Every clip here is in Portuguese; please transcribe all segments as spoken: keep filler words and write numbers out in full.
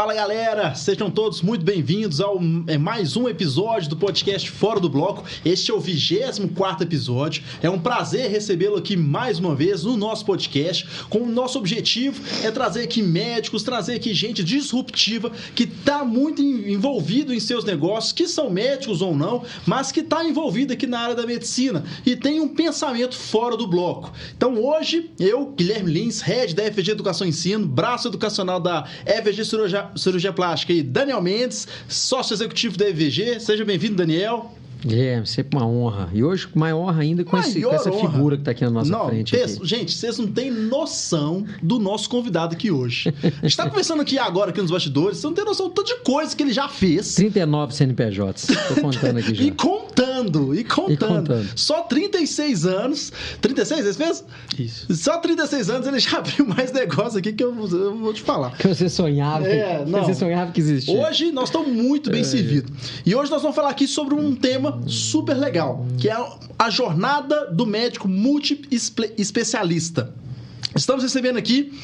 Fala galera, sejam todos muito bem-vindos ao é, mais um episódio do podcast Fora do Bloco. Este é o vigésimo quarto episódio. É um prazer recebê-lo aqui mais uma vez no nosso podcast. Com o nosso objetivo é trazer aqui médicos, trazer aqui gente disruptiva que está muito envolvido em seus negócios, que são médicos ou não, mas que está envolvido aqui na área da medicina e tem um pensamento fora do bloco. Então hoje, eu, Guilherme Lins, head da F V G Educação e Ensino, braço educacional da F V G Cirurgia Cirurgia Plástica, e Daniel Mendes, sócio executivo da F V G. Seja bem-vindo, Daniel. Guilherme, sempre uma honra. E hoje, maior honra ainda com, esse, com essa honra. Figura que está aqui na nossa não, frente. Aqui. Gente, vocês não têm noção do nosso convidado aqui hoje. A gente está conversando aqui agora, aqui nos bastidores, você não tem noção do tanto de coisa que ele já fez. trinta e nove C N P Js. Estou contando aqui já. E contando, e contando. E contando. Só trinta e seis anos. trinta e seis, esse fez? Isso. Só trinta e seis anos ele já abriu mais negócio aqui que eu, eu vou te falar. Que você sonhava. É, não. Você sonhava que existia. Hoje nós estamos muito bem é. servidos. E hoje nós vamos falar aqui sobre um tema super legal. Legal, que é a jornada do médico multi-especialista. Estamos recebendo aqui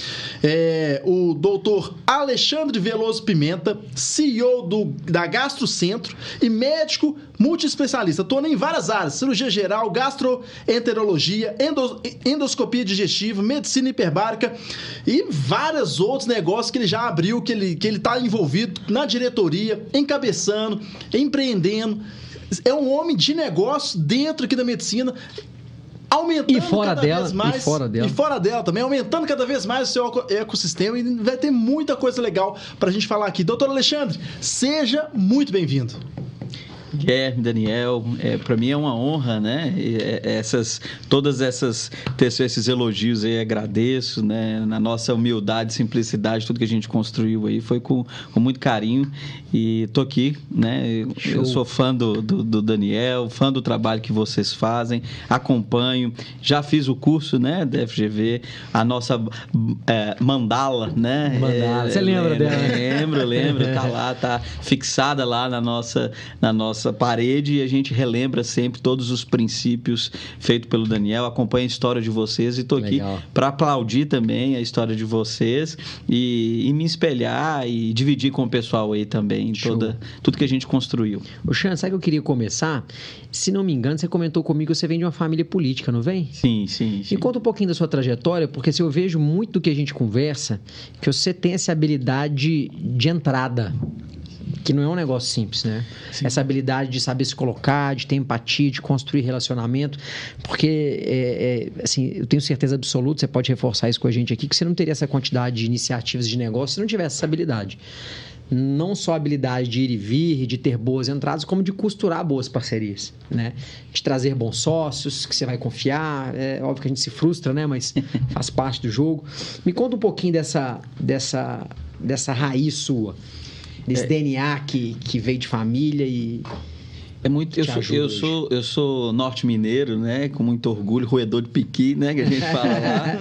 é, o doutor Alexandre Veloso Pimenta, C E O do, da Gastrocentro e médico multi-especialista. Atuando em várias áreas: cirurgia geral, gastroenterologia, endo, endoscopia digestiva, medicina hiperbárica e vários outros negócios que ele já abriu, que ele que ele está envolvido na diretoria, encabeçando, empreendendo. É um homem de negócio dentro aqui da medicina, aumentando e fora cada dela, vez mais. E fora dela. E fora dela também, aumentando cada vez mais o seu ecossistema, e vai ter muita coisa legal para a gente falar aqui. Doutor Alexandre, seja muito bem-vindo. Guilherme, Daniel, é, para mim é uma honra, né? Essas, todas essas, esses elogios aí, agradeço, né? Na nossa humildade, simplicidade, tudo que a gente construiu aí foi com, com muito carinho e tô aqui, né? Eu, eu sou fã do, do, do Daniel, fã do trabalho que vocês fazem, acompanho, já fiz o curso, né? Da F G V, a nossa é, mandala, né? Mandala, é, você lembra é, dela? Lembro, lembro, tá lá, tá fixada lá na nossa, na nossa parede, e a gente relembra sempre todos os princípios feitos pelo Daniel. Acompanha a história de vocês e estou aqui para aplaudir também a história de vocês e, e me espelhar e dividir com o pessoal aí também toda, tudo que a gente construiu. Ô Xan, sabe que eu queria começar? Se não me engano, você comentou comigo que você vem de uma família política, não vem? Sim, sim, sim. Me conta um pouquinho da sua trajetória, porque se eu vejo muito do que a gente conversa, que você tem essa habilidade de entrada, que não é um negócio simples, né? Sim. Essa habilidade de saber se colocar, de ter empatia, de construir relacionamento, porque, é, é, assim, eu tenho certeza absoluta, você pode reforçar isso com a gente aqui, que você não teria essa quantidade de iniciativas de negócio se não tivesse essa habilidade. Não só a habilidade de ir e vir, de ter boas entradas, como de costurar boas parcerias, né? De trazer bons sócios, que você vai confiar. É óbvio que a gente se frustra, né? Mas faz parte do jogo. Me conta um pouquinho dessa, dessa, dessa raiz sua. Desse é, D N A que, que veio de família e... É muito, eu, sou, eu, sou, eu sou norte-mineiro, né? Com muito orgulho, roedor de piqui, né? Que a gente fala lá.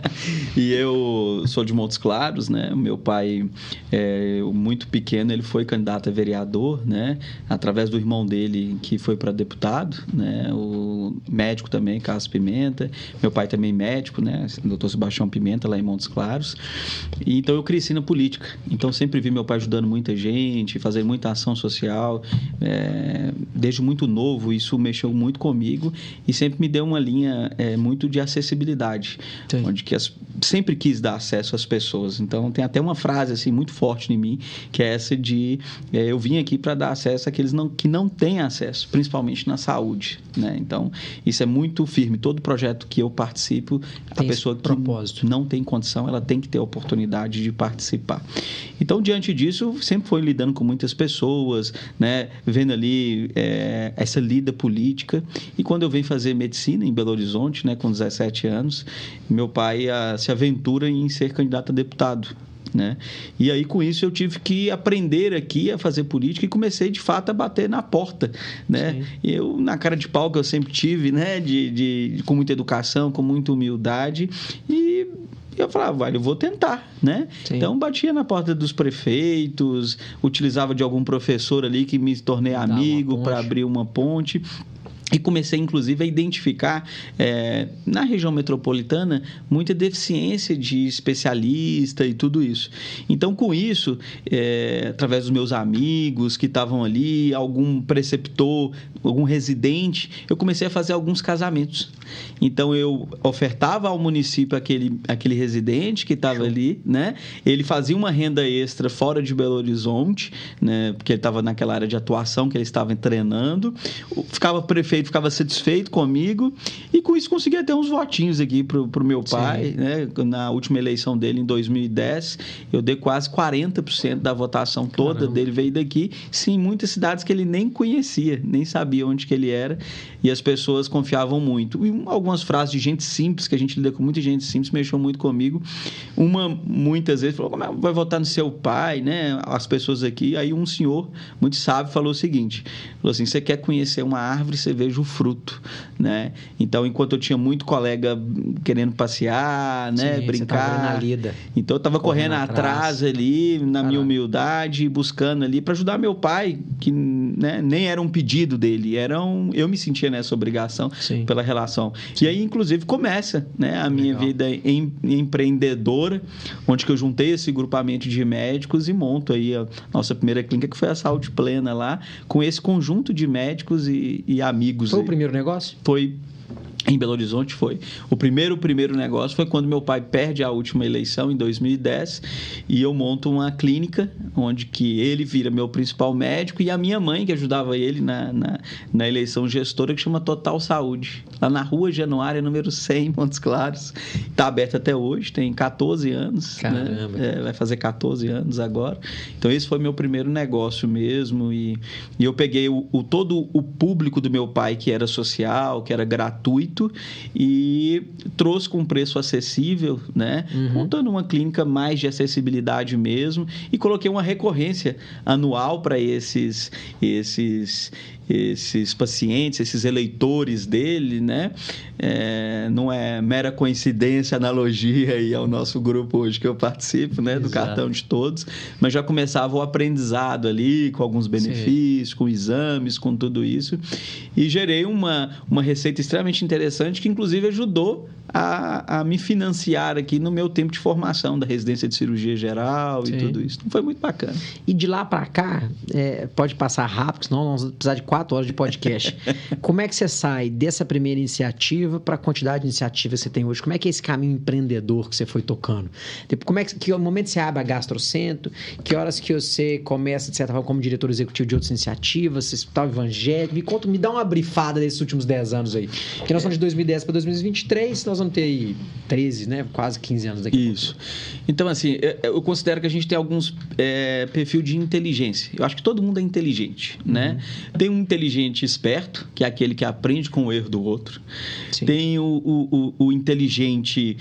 E eu sou de Montes Claros, né? O meu pai, é, muito pequeno, ele foi candidato a vereador, né? Através do irmão dele, que foi para deputado, né? O médico também, Carlos Pimenta. Meu pai também médico, né? doutor Sebastião Pimenta, lá em Montes Claros. E, então, eu cresci na política. Então, sempre vi meu pai ajudando muita gente, fazendo muita ação social, é, desde muito novo, isso mexeu muito comigo e sempre me deu uma linha é, muito de acessibilidade. Sim. Onde que as, sempre quis dar acesso às pessoas. Então, tem até uma frase assim, muito forte em mim, que é essa de é, eu vim aqui para dar acesso àqueles não, que não têm acesso, principalmente na saúde, né? Então, isso é muito firme. Todo projeto que eu participo, tem a pessoa que propósito. Não tem condição, ela tem que ter a oportunidade de participar. Então, diante disso, sempre foi lidando com muitas pessoas, né? Vendo ali É, essa lida política. E quando eu venho fazer medicina em Belo Horizonte, né, com dezessete anos, meu pai a, se aventura em ser candidato a deputado, né? E aí, com isso, eu tive que aprender aqui a fazer política e comecei, de fato, a bater na porta, né? E eu, na cara de pau que eu sempre tive, né? De, de, de, com muita educação, com muita humildade, e eu falava, vale, eu vou tentar, né? Sim. Então, batia na porta dos prefeitos, utilizava de algum professor ali que me tornei amigo para abrir uma ponte. E comecei, inclusive, a identificar, é, na região metropolitana, muita deficiência de especialista e tudo isso. Então, com isso, é, através dos meus amigos que estavam ali, algum preceptor, algum residente, eu comecei a fazer alguns casamentos. Então, eu ofertava ao município aquele, aquele residente que estava ali, né? Ele fazia uma renda extra fora de Belo Horizonte, né? Porque ele estava naquela área de atuação que ele estava treinando. Ficava prefeito, ficava satisfeito comigo e com isso conseguia ter uns votinhos aqui pro, pro meu pai, né? Na última eleição dele em dois mil e dez, eu dei quase quarenta por cento da votação toda. Caramba. Dele veio daqui, sim, muitas cidades que ele nem conhecia, nem sabia onde que ele era, e as pessoas confiavam muito. E algumas frases de gente simples, que a gente lida com muita gente simples, mexeu muito comigo. Uma, muitas vezes, falou, como é, vai votar no seu pai, né? As pessoas aqui. Aí um senhor muito sábio falou o seguinte, falou assim, você quer conhecer uma árvore, você veja o fruto, né? Então, enquanto eu tinha muito colega querendo passear, né? Sim, brincar, na lida, então eu estava correndo, correndo atrás, atrás ali, na Caramba. minha humildade, buscando ali para ajudar meu pai, que, né, nem era um pedido dele, era um, eu me sentia nessa obrigação. Sim. Pela relação. Sim. E aí, inclusive, começa, né, a minha Legal. vida em, empreendedora, onde que eu juntei esse grupamento de médicos e monto aí a nossa primeira clínica, que foi a Saúde Plena lá, com esse conjunto de médicos e, e amigos. Foi aí. O primeiro negócio? Foi. Em Belo Horizonte foi. O primeiro, o primeiro negócio foi quando meu pai perde a última eleição, em dois mil e dez, e eu monto uma clínica, onde que ele vira meu principal médico, e a minha mãe, que ajudava ele na, na, na eleição gestora, que chama Total Saúde. Lá na rua Januária, número cem, Montes Claros. Está aberta até hoje, tem catorze anos. Caramba. Né? É, vai fazer catorze anos agora. Então, esse foi meu primeiro negócio mesmo, e, e eu peguei o, o, todo o público do meu pai, que era social, que era gratuito, e trouxe com preço acessível, né? Uhum. Montando uma clínica mais de acessibilidade mesmo, e coloquei uma recorrência anual para esses, esses, esses pacientes, esses eleitores dele, né? É, não é mera coincidência, analogia aí ao nosso grupo hoje que eu participo, né? Do Exato. Cartão de Todos, mas já começava o aprendizado ali, com alguns benefícios, Sim. com exames, com tudo isso, e gerei uma, uma receita extremamente interessante, que inclusive ajudou a, a me financiar aqui no meu tempo de formação da residência de cirurgia geral. Sim. E tudo isso. Então foi muito bacana. E de lá para cá, é, pode passar rápido, senão nós vamos precisar de quatro horas de podcast. Como é que você sai dessa primeira iniciativa para a quantidade de iniciativas que você tem hoje? Como é que é esse caminho empreendedor que você foi tocando? Como é que, que momento você abre a Gastrocentro? Que horas que você começa, de certa forma, como diretor executivo de outras iniciativas? Você está evangélico? Me conta, me dá uma brifada desses últimos dez anos aí. Porque nós somos de dois mil e dez para dois mil e vinte e três, nós vamos ter aí treze, né? Quase quinze anos daqui. Isso. Então, assim, eu considero que a gente tem alguns é, perfil de inteligência. Eu acho que todo mundo é inteligente, uhum. né? Tem um inteligente esperto, que é aquele que aprende com o erro do outro. Sim. Tem o, o, o, o inteligente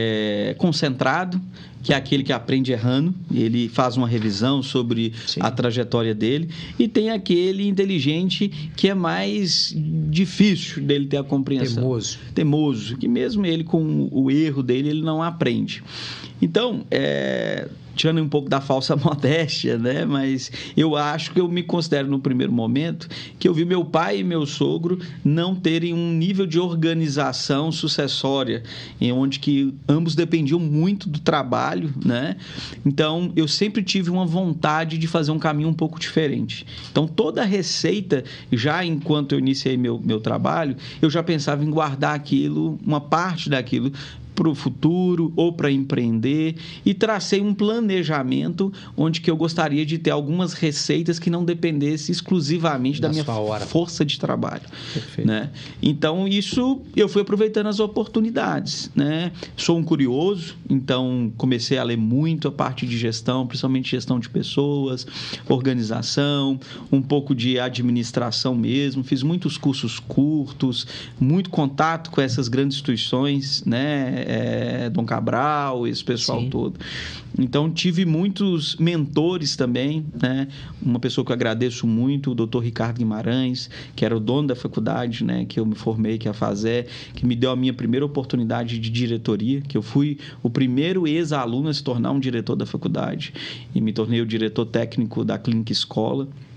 é, concentrado, que é aquele que aprende errando, ele faz uma revisão sobre Sim. a trajetória dele, e tem aquele inteligente que é mais difícil dele ter a compreensão. Temoso. Temoso, que mesmo ele com o erro dele, ele não aprende. Então, é... tirando um pouco da falsa modéstia, né? Mas eu acho que eu me considero no primeiro momento que eu vi meu pai e meu sogro não terem um nível de organização sucessória, em onde que ambos dependiam muito do trabalho, né? Então, eu sempre tive uma vontade de fazer um caminho um pouco diferente. Então, toda a receita, já enquanto eu iniciei meu, meu trabalho, eu já pensava em guardar aquilo, uma parte daquilo, para o futuro ou para empreender, e tracei um planejamento onde que eu gostaria de ter algumas receitas que não dependessem exclusivamente da, da minha força de trabalho. Perfeito. Né? Então, isso eu fui aproveitando as oportunidades. Né? Sou um curioso, então comecei a ler muito a parte de gestão, principalmente gestão de pessoas, organização, um pouco de administração mesmo, fiz muitos cursos curtos, muito contato com essas grandes instituições, né? É, Dom Cabral, esse pessoal Sim. todo. Então, tive muitos mentores também, né? Uma pessoa que eu agradeço muito, o doutor Ricardo Guimarães, que era o dono da faculdade, né? Que eu me formei, que é a FASÉ, que me deu a minha primeira oportunidade de diretoria, que eu fui o primeiro ex-aluno a se tornar um diretor da faculdade, e me tornei o diretor técnico da Clínica Escola.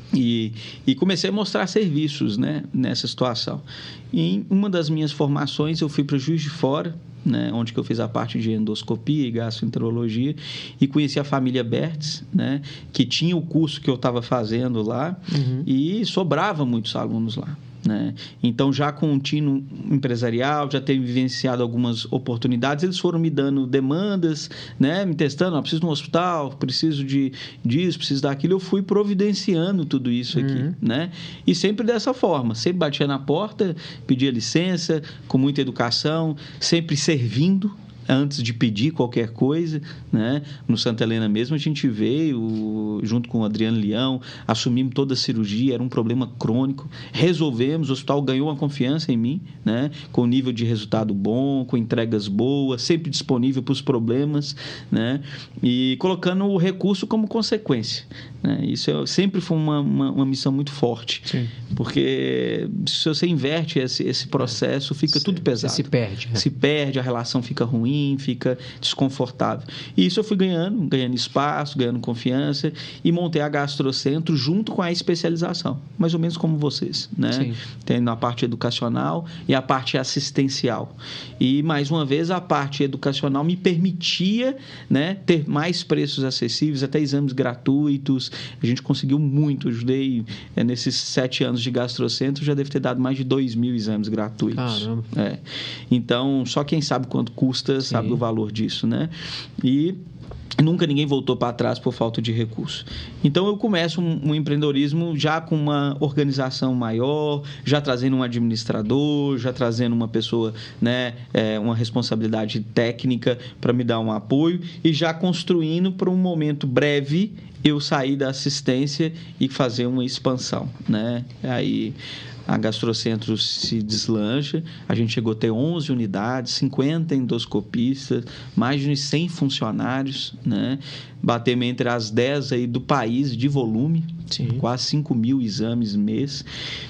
E, e comecei a mostrar serviços, né, nessa situação. E em uma das minhas formações eu fui para Juiz de Fora, né, onde que eu fiz a parte de endoscopia e gastroenterologia, e conheci a família Bertz, né, que tinha o curso que eu estava fazendo lá, uhum. e sobrava muitos alunos lá. Né? Então, já com um tino empresarial, já ter vivenciado algumas oportunidades, eles foram me dando demandas, né? Me testando, ah, preciso de um hospital, preciso de, disso, preciso daquilo. Eu fui providenciando tudo isso aqui, uhum. né? E sempre dessa forma, sempre batia na porta, pedia licença, com muita educação, sempre servindo, antes de pedir qualquer coisa, né? No Santa Helena mesmo a gente veio junto com o Adriano Leão, assumimos toda a cirurgia, era um problema crônico, resolvemos, o hospital ganhou uma confiança em mim, né? Com nível de resultado bom, com entregas boas, sempre disponível para os problemas, né? E colocando o recurso como consequência, né? Isso é, sempre foi uma, uma, uma missão muito forte. Sim. Porque se você inverte esse, esse processo, fica se, tudo pesado. Se perde. Né? Se perde, a relação fica ruim, fica desconfortável. E isso eu fui ganhando, ganhando espaço, ganhando confiança, e montei a Gastrocentro junto com a especialização, mais ou menos como vocês, né? Sim. Tem a parte educacional e a parte assistencial. E, mais uma vez, a parte educacional me permitia, né, ter mais preços acessíveis, até exames gratuitos. A gente conseguiu muito, eu ajudei é, nesses sete anos de Gastrocentro, já deve ter dado mais de dois mil exames gratuitos. Caramba. É. Então, só quem sabe quanto custa sabe Sim. o valor disso, né? E nunca ninguém voltou para trás por falta de recurso. Então, eu começo um, um empreendedorismo já com uma organização maior, já trazendo um administrador, já trazendo uma pessoa, né, é, uma responsabilidade técnica para me dar um apoio, e já construindo para um momento breve eu sair da assistência e fazer uma expansão, né? Aí a Gastrocentro se deslancha, a gente chegou a ter onze unidades, cinquenta endoscopistas, mais de cem funcionários, né? Batemos entre as dez aí do país de volume, Sim. quase cinco mil exames mês.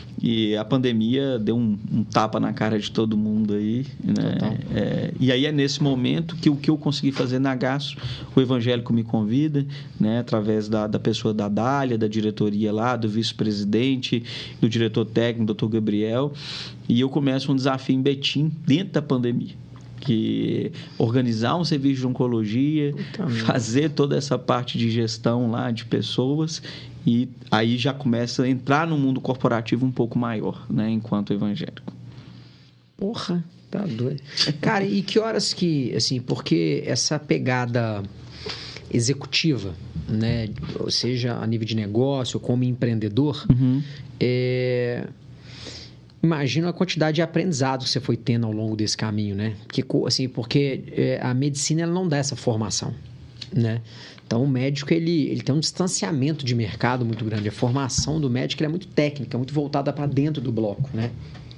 E a pandemia deu um, um tapa na cara de todo mundo aí, né? É, e aí é nesse momento que o que eu consegui fazer na Gastro, o evangélico me convida, né? Através da, da pessoa da Dália, da diretoria lá, do vice-presidente, do diretor técnico, doutor Gabriel, e eu começo um desafio em Betim, dentro da pandemia, que organizar um serviço de oncologia, Puta fazer minha. toda essa parte de gestão lá de pessoas, e aí já começa a entrar no mundo corporativo um pouco maior, né, enquanto evangélico. Porra, tá doido. Cara, e que horas que, assim, porque essa pegada executiva, né, ou seja, a nível de negócio, como empreendedor, uhum. é... imagina a quantidade de aprendizado que você foi tendo ao longo desse caminho, né? Porque, assim, porque é, a medicina ela não dá essa formação, né? Então, o médico ele, ele tem um distanciamento de mercado muito grande. A formação do médico ela é muito técnica, muito voltada para dentro do bloco, né?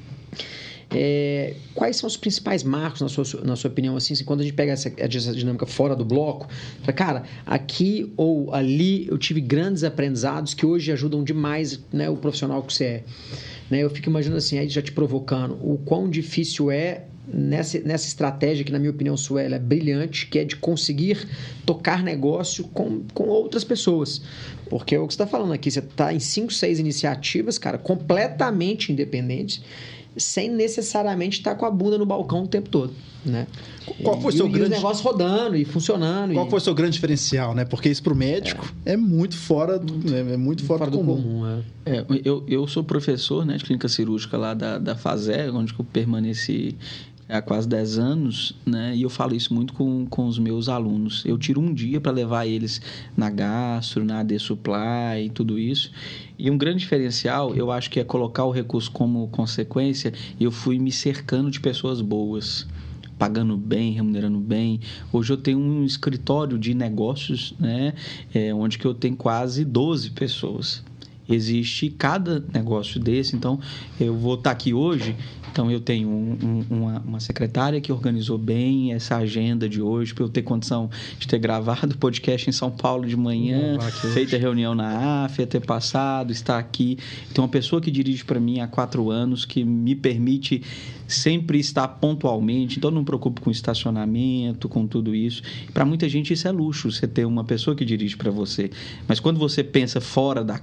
É, quais são os principais marcos, na sua, na sua opinião, assim, assim, quando a gente pega essa, essa dinâmica fora do bloco, fala, cara, aqui ou ali eu tive grandes aprendizados que hoje ajudam demais, né, o profissional que você é. Né? Eu fico imaginando assim, aí já te provocando, o quão difícil é nessa, nessa estratégia que, na minha opinião, sua ela é brilhante, que é de conseguir tocar negócio com, com outras pessoas. Porque é o que você está falando aqui, você está em cinco, seis iniciativas, cara, completamente independentes, sem necessariamente estar com a bunda no balcão o tempo todo, né? Qual foi e, seu e grande... os negócios rodando e funcionando. Qual e... foi o seu grande diferencial, né? Porque isso para o médico é. é muito fora do, é muito fora, fora do, do comum. comum é. É, eu, eu sou professor, né, de clínica cirúrgica lá da, da FASER, onde eu permaneci há quase dez anos, né? E eu falo isso muito com, com os meus alunos. Eu tiro um dia para levar eles na gastro, na A D Supply e tudo isso. E um grande diferencial, eu acho que é colocar o recurso como consequência, e eu fui me cercando de pessoas boas, pagando bem, remunerando bem. Hoje eu tenho um escritório de negócios, né? É, onde que eu tenho quase doze pessoas. Existe cada negócio desse, então eu vou estar aqui hoje. Então, eu tenho um, um, uma, uma secretária que organizou bem essa agenda de hoje, para eu ter condição de ter gravado o podcast em São Paulo de manhã, feito a reunião na A F, ter passado, estar aqui. Tem uma pessoa que dirige para mim há quatro anos, que me permite sempre estar pontualmente, então eu não me preocupo com estacionamento, com tudo isso. Para muita gente isso é luxo, você ter uma pessoa que dirige para você. Mas quando você pensa fora da caixa,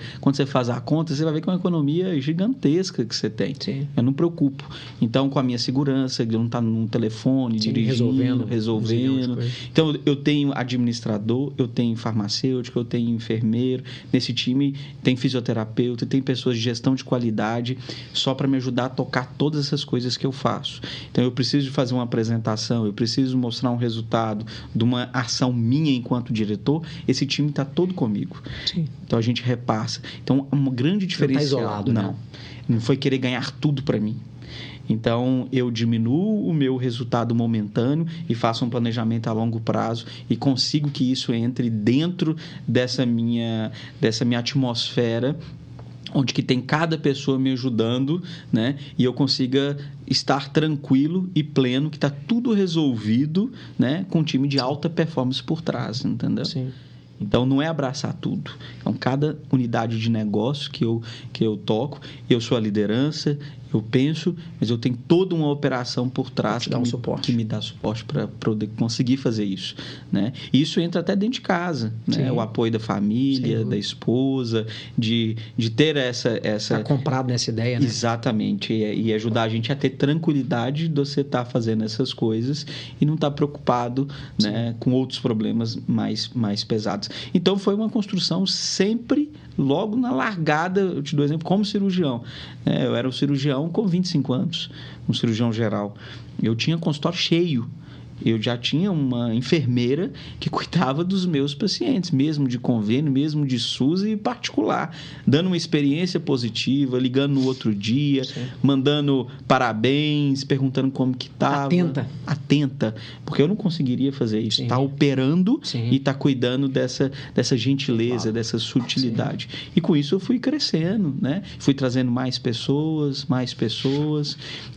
quando você faz a conta, você vai ver que é uma economia gigantesca que você tem. Sim. Eu não me preocupo. Então, com a minha segurança, de eu não estar no telefone, Sim, dirigindo, resolvendo. resolvendo. Então, eu tenho administrador, eu tenho farmacêutico, eu tenho enfermeiro. Nesse time tem fisioterapeuta, tem pessoas de gestão de qualidade, só para me ajudar a tocar todas essas coisas que eu faço. Então, eu preciso de fazer uma apresentação, eu preciso mostrar um resultado de uma ação minha enquanto diretor, esse time está todo comigo. Sim. Então, a gente repassa. Então, uma grande diferença... Não está isolado, não. né? Não foi querer ganhar tudo para mim. Então, eu diminuo o meu resultado momentâneo e faço um planejamento a longo prazo e consigo que isso entre dentro dessa minha, dessa minha atmosfera, onde que tem cada pessoa me ajudando, né? E eu consiga estar tranquilo e pleno, que está tudo resolvido, né? Com um time de alta performance por trás, entendeu? Sim. Então, não é abraçar tudo. Então, cada unidade de negócio que eu, que eu toco, eu sou a liderança, eu penso, mas eu tenho toda uma operação por trás que, um me, suporte. que me dá suporte para poder conseguir fazer isso, né? E isso entra até dentro de casa, né? O apoio da família, Sim. da esposa, de, de ter essa... essa... Tá comprado nessa ideia, né? Exatamente. E, e ajudar a gente a ter tranquilidade de você estar tá fazendo essas coisas e não estar tá preocupado, né, com outros problemas mais, mais pesados. Então, foi uma construção sempre... Logo na largada, eu te dou exemplo, como cirurgião. É, eu era um cirurgião com vinte e cinco anos, um cirurgião geral. Eu tinha consultório cheio. Eu já tinha uma enfermeira que cuidava dos meus pacientes, mesmo de convênio, mesmo de SUS e particular, dando uma experiência positiva, ligando no outro dia, Sim. mandando parabéns, perguntando como que estava. Atenta. Atenta, porque eu não conseguiria fazer isso. Está operando Sim. e está cuidando dessa, dessa gentileza, claro. dessa sutilidade. Sim. E com isso eu fui crescendo, né? Fui trazendo mais pessoas, mais pessoas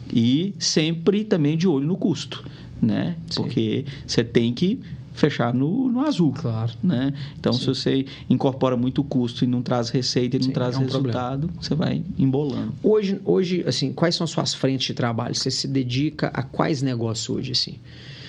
e sempre também de olho no custo. Né? Porque você tem que fechar no, no azul. Claro. Né? Então, Sim. se você incorpora muito custo e não traz receita e não Sim, traz é um resultado, problema. Você vai embolando. Hoje, hoje, assim, quais são as suas frentes de trabalho? Você se dedica a quais negócios hoje, assim?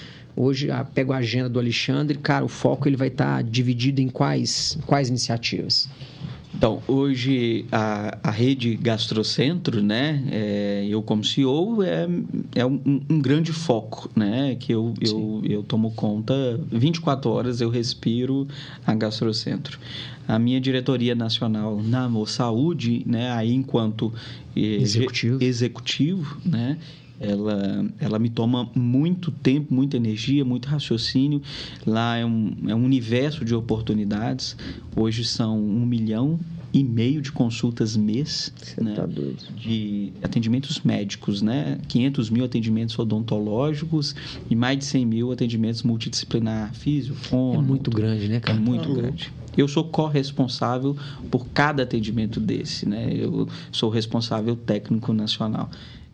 Hoje, ah, pego a agenda do Alexandre, cara, o foco ele vai estar dividido em quais, quais iniciativas? Então, hoje a, a rede Gastrocentro, né, é, eu como C E O, é, é um, um grande foco, né, que eu, eu, eu tomo conta, vinte e quatro horas eu respiro a Gastrocentro. A minha diretoria nacional na Amor Saúde, né, aí enquanto executivo, executivo né, Ela, ela me toma muito tempo, muita energia, muito raciocínio. Lá é um, é um universo de oportunidades. Hoje são um milhão e meio de consultas mês, né? Tá doido. De atendimentos médicos, né? quinhentos mil atendimentos odontológicos e mais de cem mil atendimentos multidisciplinar, físio, fono. É muito grande, né, cara? É muito ah, grande. Eu sou corresponsável por cada atendimento desse, né? Eu sou responsável técnico nacional.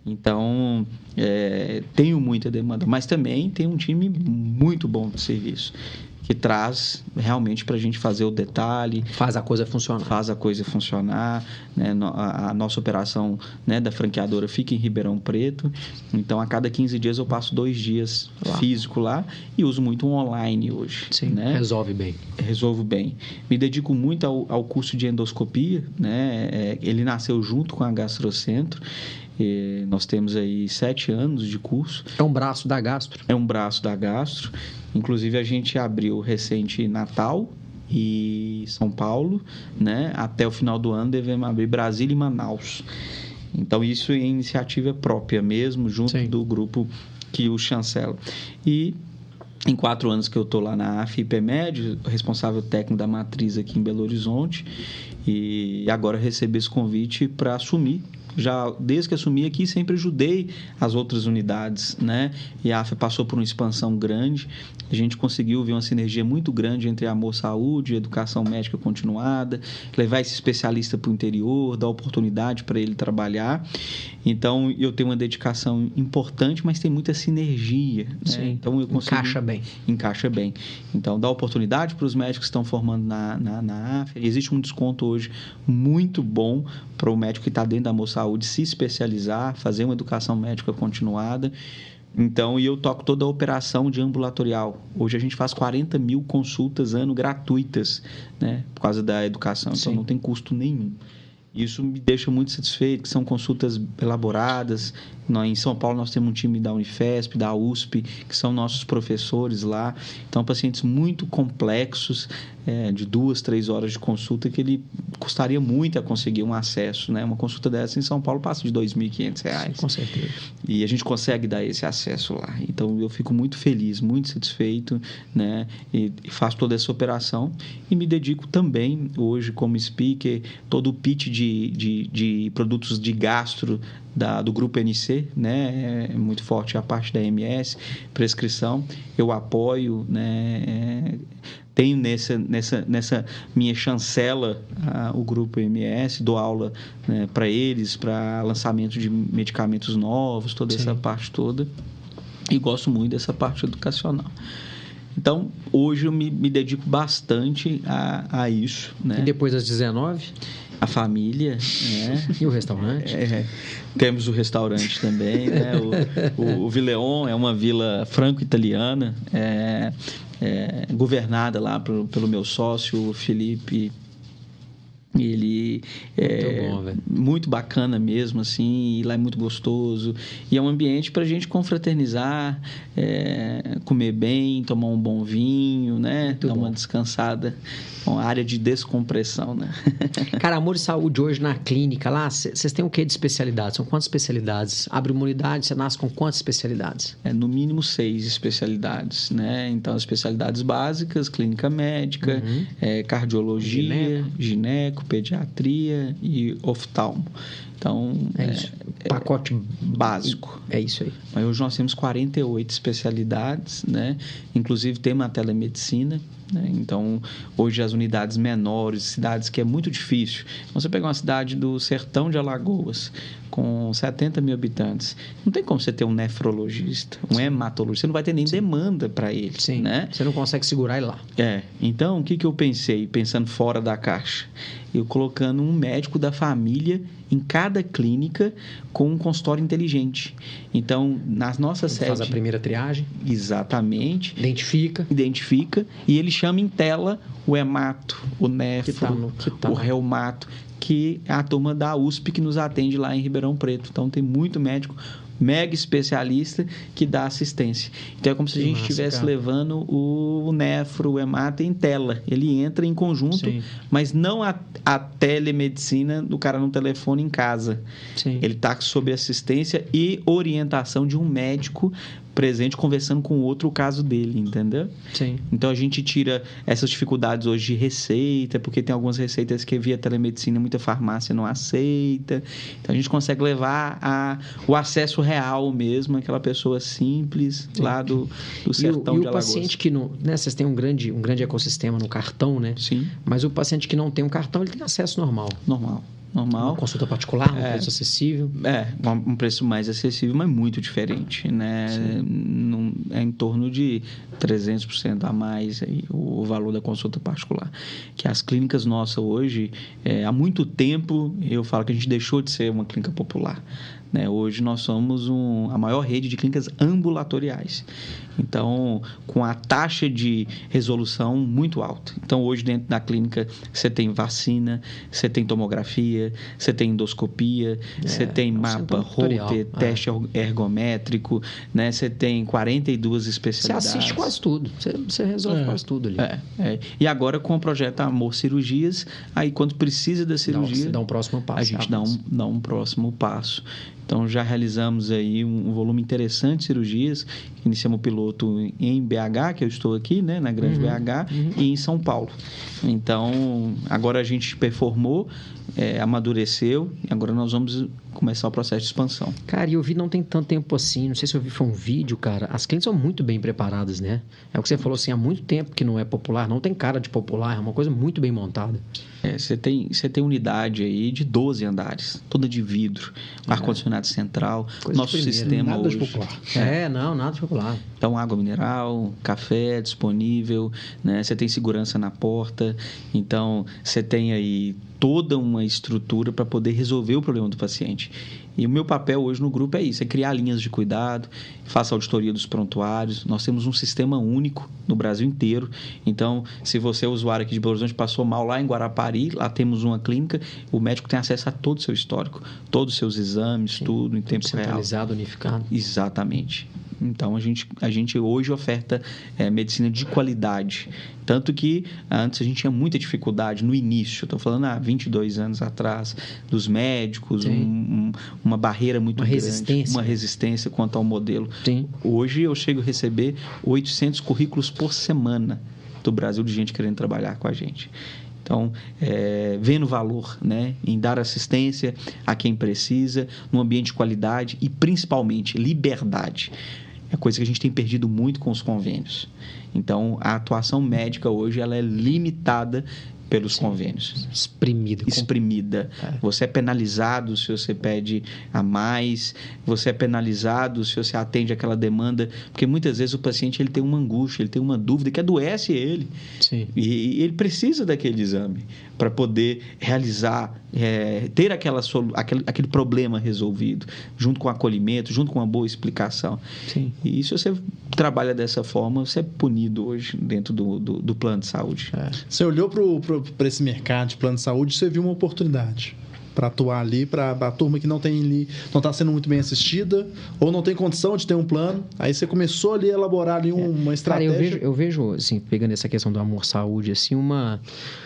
Então, é, tenho muita demanda, mas também tem um time muito bom de serviço, que traz realmente para a gente fazer o detalhe. Faz a coisa funcionar. Faz a coisa funcionar. Né? A, a nossa operação, né, da franqueadora fica em Ribeirão Preto. Então, a cada quinze dias eu passo dois dias lá. físico lá e uso muito um online hoje. Sim, né? resolve bem. Resolvo bem. Me dedico muito ao, ao curso de endoscopia. Né? É, ele nasceu junto com a Gastrocentro. E nós temos aí sete anos de curso. É um braço da Gastro. É um braço da Gastro. Inclusive, a gente abriu recente Natal e São Paulo, né? Até o final do ano devemos abrir Brasília e Manaus. Então, isso é iniciativa própria mesmo, junto Sim. do grupo que o chancela. E em quatro anos que eu estou lá na A F I P M E D, responsável técnico da matriz aqui em Belo Horizonte, e agora recebi esse convite para assumir. Já desde que assumi aqui, sempre ajudei as outras unidades, né? E a A F A passou por uma expansão grande. A gente conseguiu ver uma sinergia muito grande entre Amor Saúde, educação médica continuada, levar esse especialista para o interior, dar oportunidade para ele trabalhar. Então, eu tenho uma dedicação importante, mas tem muita sinergia. Né? Sim, então, eu consigo... encaixa bem. Encaixa bem. Então, dá oportunidade para os médicos que estão formando na, na, na A F A. E existe um desconto hoje muito bom para o médico que está dentro da Amor Saúde se especializar, fazer uma educação médica continuada. Então, e eu toco toda a operação de ambulatorial. Hoje a gente faz quarenta mil consultas ano gratuitas, né? Por causa da educação. Então, Sim. não tem custo nenhum. Isso me deixa muito satisfeito, que são consultas elaboradas. Nós, em São Paulo, nós temos um time da Unifesp, da U S P, que são nossos professores lá. Então, pacientes muito complexos, é, de duas, três horas de consulta, que ele custaria muito a conseguir um acesso, né? Uma consulta dessa em São Paulo passa de dois mil e quinhentos reais. Sim, com certeza. E a gente consegue dar esse acesso lá. Então, eu fico muito feliz, muito satisfeito, né? E, e faço toda essa operação. E me dedico também, hoje, como speaker, todo o pitch de, de, de produtos de gastro da, do Grupo N C, né? É muito forte a parte da M S, prescrição. Eu apoio, né? Tenho nessa, nessa, nessa minha chancela ah, o Grupo M S, dou aula, né, para eles, para lançamento de medicamentos novos, toda Sim. essa parte toda. E gosto muito dessa parte educacional. Então, hoje eu me, me dedico bastante a, a isso. Né? E depois das dezenove? A família. Né? E o restaurante? É, temos o restaurante também. Né? O, o, o Vileon é uma vila franco-italiana, é, é, governada lá pelo, pelo meu sócio, o Felipe. Ele é muito, bom, muito bacana mesmo, assim, e lá é muito gostoso. E é um ambiente para a gente confraternizar, é, comer bem, tomar um bom vinho, né? Muito Dar bom. uma descansada. Uma área de descompressão, né? Cara, Amor e Saúde hoje na clínica lá, vocês têm o que de especialidades? São quantas especialidades? Abre uma unidade, você nasce com quantas especialidades? É, no mínimo seis especialidades, né? Então, as especialidades básicas, clínica médica, uhum. é, cardiologia, gineco. gineco, pediatria e oftalmo. Então, é isso. É, pacote básico. É isso aí. Mas hoje nós temos quarenta e oito especialidades, né? Inclusive tem uma telemedicina. Né? Então, hoje as unidades menores, cidades que é muito difícil. Você pegar uma cidade do sertão de Alagoas, com setenta mil habitantes, não tem como você ter um nefrologista, um Sim. hematologista, você não vai ter nem Sim. demanda para ele. Sim, né? Você não consegue segurar ele lá. É, então o que, que eu pensei, pensando fora da caixa? Eu colocando um médico da família em cada clínica com um consultório inteligente. Então, nas nossas sedes... Faz a primeira triagem. Exatamente. Identifica. Identifica. E ele chama em tela o hemato, o nefro, que tá no, que tá o reumato, que é a turma da U S P que nos atende lá em Ribeirão Preto. Então, tem muito médico mega especialista que dá assistência. Então, é como se que a gente estivesse levando o nefro, o hemato em tela. Ele entra em conjunto, Sim. mas não a, a telemedicina do cara no telefone em casa. Sim. Ele está sob assistência e orientação de um médico presente conversando com o outro o caso dele, entendeu? Sim. Então, a gente tira essas dificuldades hoje de receita, porque tem algumas receitas que via telemedicina muita farmácia não aceita. Então, a gente consegue levar a, o acesso real mesmo, aquela pessoa simples Sim. lá do, do sertão e o, de e o Alagoas. paciente que não... Né, vocês têm um grande, um grande ecossistema no cartão, né? Sim. Mas o paciente que não tem um cartão, ele tem acesso normal. Normal. Normal. Uma consulta particular, um é, preço acessível. É, um preço mais acessível, mas muito diferente, né? Num, é em torno de trezentos por cento a mais aí, o valor da consulta particular. Que as clínicas nossas hoje, é, há muito tempo, eu falo que a gente deixou de ser uma clínica popular. Né? Hoje nós somos um, a maior rede de clínicas ambulatoriais. Então, com a taxa de resolução muito alta. Então, hoje dentro da clínica você tem vacina, você tem tomografia, você tem endoscopia, é, você tem mapa, Holter, é. teste ergométrico, né? Você tem quarenta e duas especialidades. Você assiste quase tudo, você, você resolve é. quase tudo ali. É, é. E agora com o projeto Amor Cirurgias, aí quando precisa da cirurgia, dá, dá um próximo passo. A gente dá um, dá um próximo passo. Então, já realizamos aí um, um volume interessante de cirurgias. Iniciamos o piloto em B H, que eu estou aqui, né, na Grande uhum, B H, uhum. e em São Paulo. Então, agora a gente performou, é, amadureceu, e agora nós vamos começar o processo de expansão. Cara, e eu vi não tem tanto tempo assim, não sei se eu vi, foi um vídeo, cara. As clínicas são muito bem preparadas, né? É o que você falou assim, há muito tempo que não é popular, não tem cara de popular, é uma coisa muito bem montada. É, você tem, você tem unidade aí de doze andares, toda de vidro, é. ar-condicionado central, coisa nosso sistema nada hoje. De popular. É. é, não, nada de popular. Então, água mineral, café disponível, né? Você tem segurança na porta, então você tem aí toda uma estrutura para poder resolver o problema do paciente. exatamente. E o meu papel hoje no grupo é isso, é criar linhas de cuidado, faça auditoria dos prontuários. Nós temos um sistema único no Brasil inteiro. Então, se você é usuário aqui de Belo Horizonte, passou mal lá em Guarapari, lá temos uma clínica, o médico tem acesso a todo o seu histórico, todos os seus exames, Sim, tudo em tempo real. Centralizado, unificado. Exatamente. Então, a gente, a gente hoje oferta é, medicina de qualidade. Tanto que antes a gente tinha muita dificuldade no início. Estou falando há vinte e dois anos atrás, dos médicos, um, um, uma barreira muito uma grande. Resistência. Uma resistência quanto ao modelo. Sim. Hoje eu chego a receber oitocentos currículos por semana do Brasil de gente querendo trabalhar com a gente. Então, é, vendo valor, né, em dar assistência a quem precisa, num ambiente de qualidade e, principalmente, liberdade. É coisa que a gente tem perdido muito com os convênios. Então, a atuação médica hoje ela é limitada pelos Sim. convênios. Exprimida. Exprimida. É. Você é penalizado se você pede a mais, você é penalizado se você atende aquela demanda, porque muitas vezes o paciente ele tem uma angústia, ele tem uma dúvida que adoece ele. Sim. E, e ele precisa daquele exame para poder realizar, é, ter aquela, aquele, aquele problema resolvido, junto com acolhimento, junto com uma boa explicação. Sim. E se você trabalha dessa forma, você é punido hoje dentro do, do, do plano de saúde. É. Você olhou para esse mercado de plano de saúde, você viu uma oportunidade para atuar ali, para a turma que não tem ali, não está sendo muito bem assistida ou não tem condição de ter um plano. Aí você começou ali a elaborar ali um, uma estratégia. Cara, eu vejo, eu vejo assim, pegando essa questão do amor saúde, assim, uma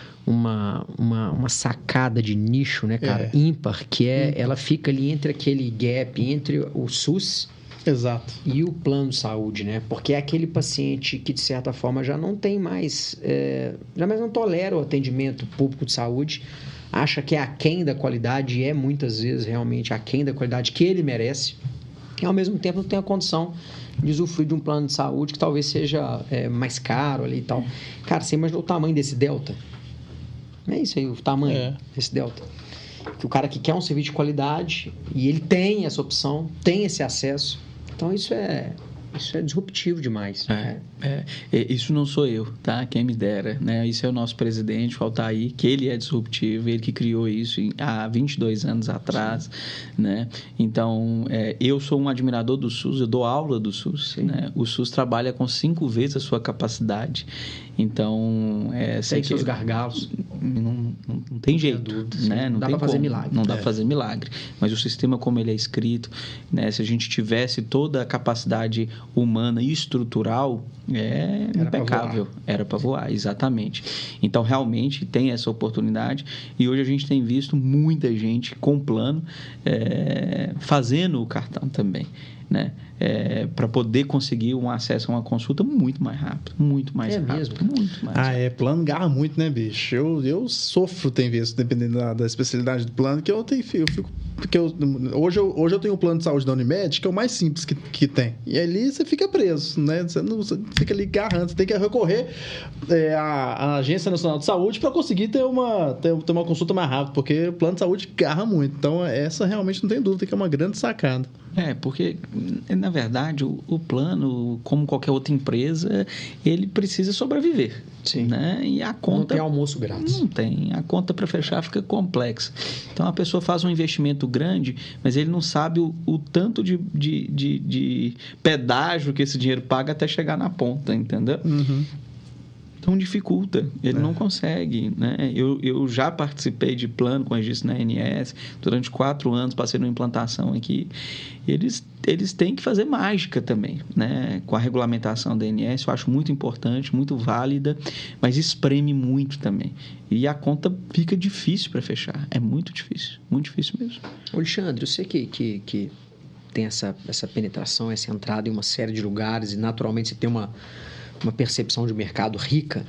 uma, uma, uma sacada de nicho, né, cara, é. ímpar, que é, ela fica ali entre aquele gap entre o SUS Exato. e o plano de saúde, né? Porque é aquele paciente que, de certa forma, já não tem mais, é, já mais não tolera o atendimento público de saúde, acha que é aquém da qualidade e é muitas vezes realmente aquém da qualidade que ele merece, e ao mesmo tempo não tem a condição de usufruir de um plano de saúde que talvez seja é, mais caro ali e tal. Cara, você imagina o tamanho desse delta? É isso aí, o tamanho é. desse delta. Que o cara que quer um serviço de qualidade e ele tem essa opção, tem esse acesso. Então, isso é, isso é disruptivo demais. É, né? é, é, isso não sou eu, tá? Quem me dera, né? Isso é o nosso presidente, o Altair, que ele é disruptivo, ele que criou isso há vinte e dois anos atrás, Sim. né? Então, é, eu sou um admirador do SUS, eu dou aula do SUS, Sim. né? O SUS trabalha com cinco vezes a sua capacidade. Então, é, tem seus gargalos. Não, não, não tem jeito, dúvida, né? Não, não dá para fazer milagre. Não dá é. para fazer milagre. Mas o sistema como ele é escrito, né? Se a gente tivesse toda a capacidade humana e estrutural, é Era impecável. Pra Era para voar, exatamente. Então, realmente tem essa oportunidade e hoje a gente tem visto muita gente com plano é, fazendo o cartão também, né? É, para poder conseguir um acesso a uma consulta muito mais rápido, muito mais é rápido. Mesmo? Muito mais ah, rápido. é, plano garra muito, né, bicho? Eu, eu sofro, tem vezes, dependendo da, da especialidade do plano, que eu tenho, eu fico... Porque eu, hoje, eu, hoje eu tenho o plano de saúde da Unimed, que é o mais simples que, que tem. E ali você fica preso, né? Você, não, você fica ali garrando, você tem que recorrer é, à, à Agência Nacional de Saúde para conseguir ter uma, ter, ter uma consulta mais rápida, porque o plano de saúde garra muito. Então, essa realmente não tem dúvida que é uma grande sacada. É, porque, na verdade, o, o plano, como qualquer outra empresa, ele precisa sobreviver. Sim. Né? E a conta... Não tem almoço grátis. Não tem. A conta para fechar fica complexa. Então, a pessoa faz um investimento grande, mas ele não sabe o, o tanto de, de, de, de pedágio que esse dinheiro paga até chegar na ponta, entendeu? Uhum. Então, dificulta. Ele é. não consegue, né? Eu, eu já participei de plano com registro na A N S. Durante quatro anos, passei numa implantação aqui. Eles, eles têm que fazer mágica também, né? Com a regulamentação da A N S, eu acho muito importante, muito válida, mas espreme muito também. E a conta fica difícil para fechar. É muito difícil, muito difícil mesmo. Alexandre, eu sei que, que, que tem essa, essa penetração, essa entrada em uma série de lugares e, naturalmente, você tem uma... uma percepção de mercado rica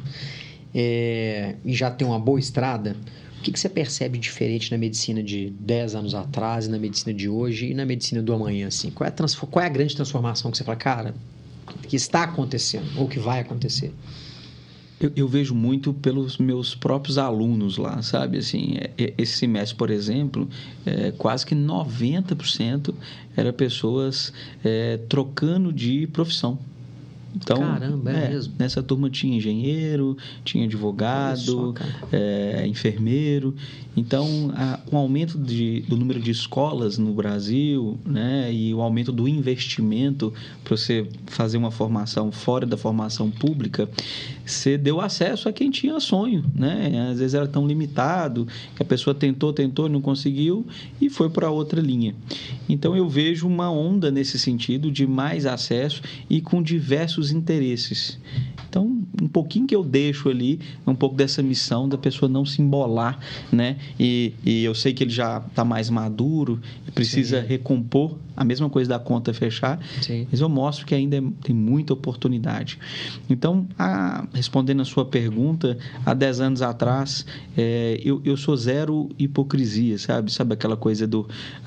é, e já tem uma boa estrada, o que, que você percebe diferente na medicina de dez anos atrás, na medicina de hoje e na medicina do amanhã? Assim? Qual é a, trans, qual é a grande transformação que você fala, cara, que está acontecendo ou que vai acontecer? Eu, eu vejo muito pelos meus próprios alunos lá, sabe? Assim, esse semestre, por exemplo, é, quase que noventa por cento era pessoas é, trocando de profissão. Então, Caramba, é, é mesmo. Nessa turma tinha engenheiro, tinha advogado, só, é, enfermeiro. Então, a, o aumento de, do número de escolas no Brasil, né, e o aumento do investimento para você fazer uma formação fora da formação pública, você deu acesso a quem tinha sonho, né? Às vezes era tão limitado que a pessoa tentou, tentou, não conseguiu e foi para outra linha. Então, eu vejo uma onda nesse sentido de mais acesso e com diversos interesses. Então, um pouquinho que eu deixo ali é um pouco dessa missão da pessoa não se embolar, né? E, e eu sei que ele já está mais maduro, precisa Sim. recompor, a mesma coisa da conta fechar, Sim. mas eu mostro que ainda é, tem muita oportunidade. Então, a, respondendo a sua pergunta, há dez anos atrás, é, eu, eu sou zero hipocrisia, sabe? Sabe aquela coisa do,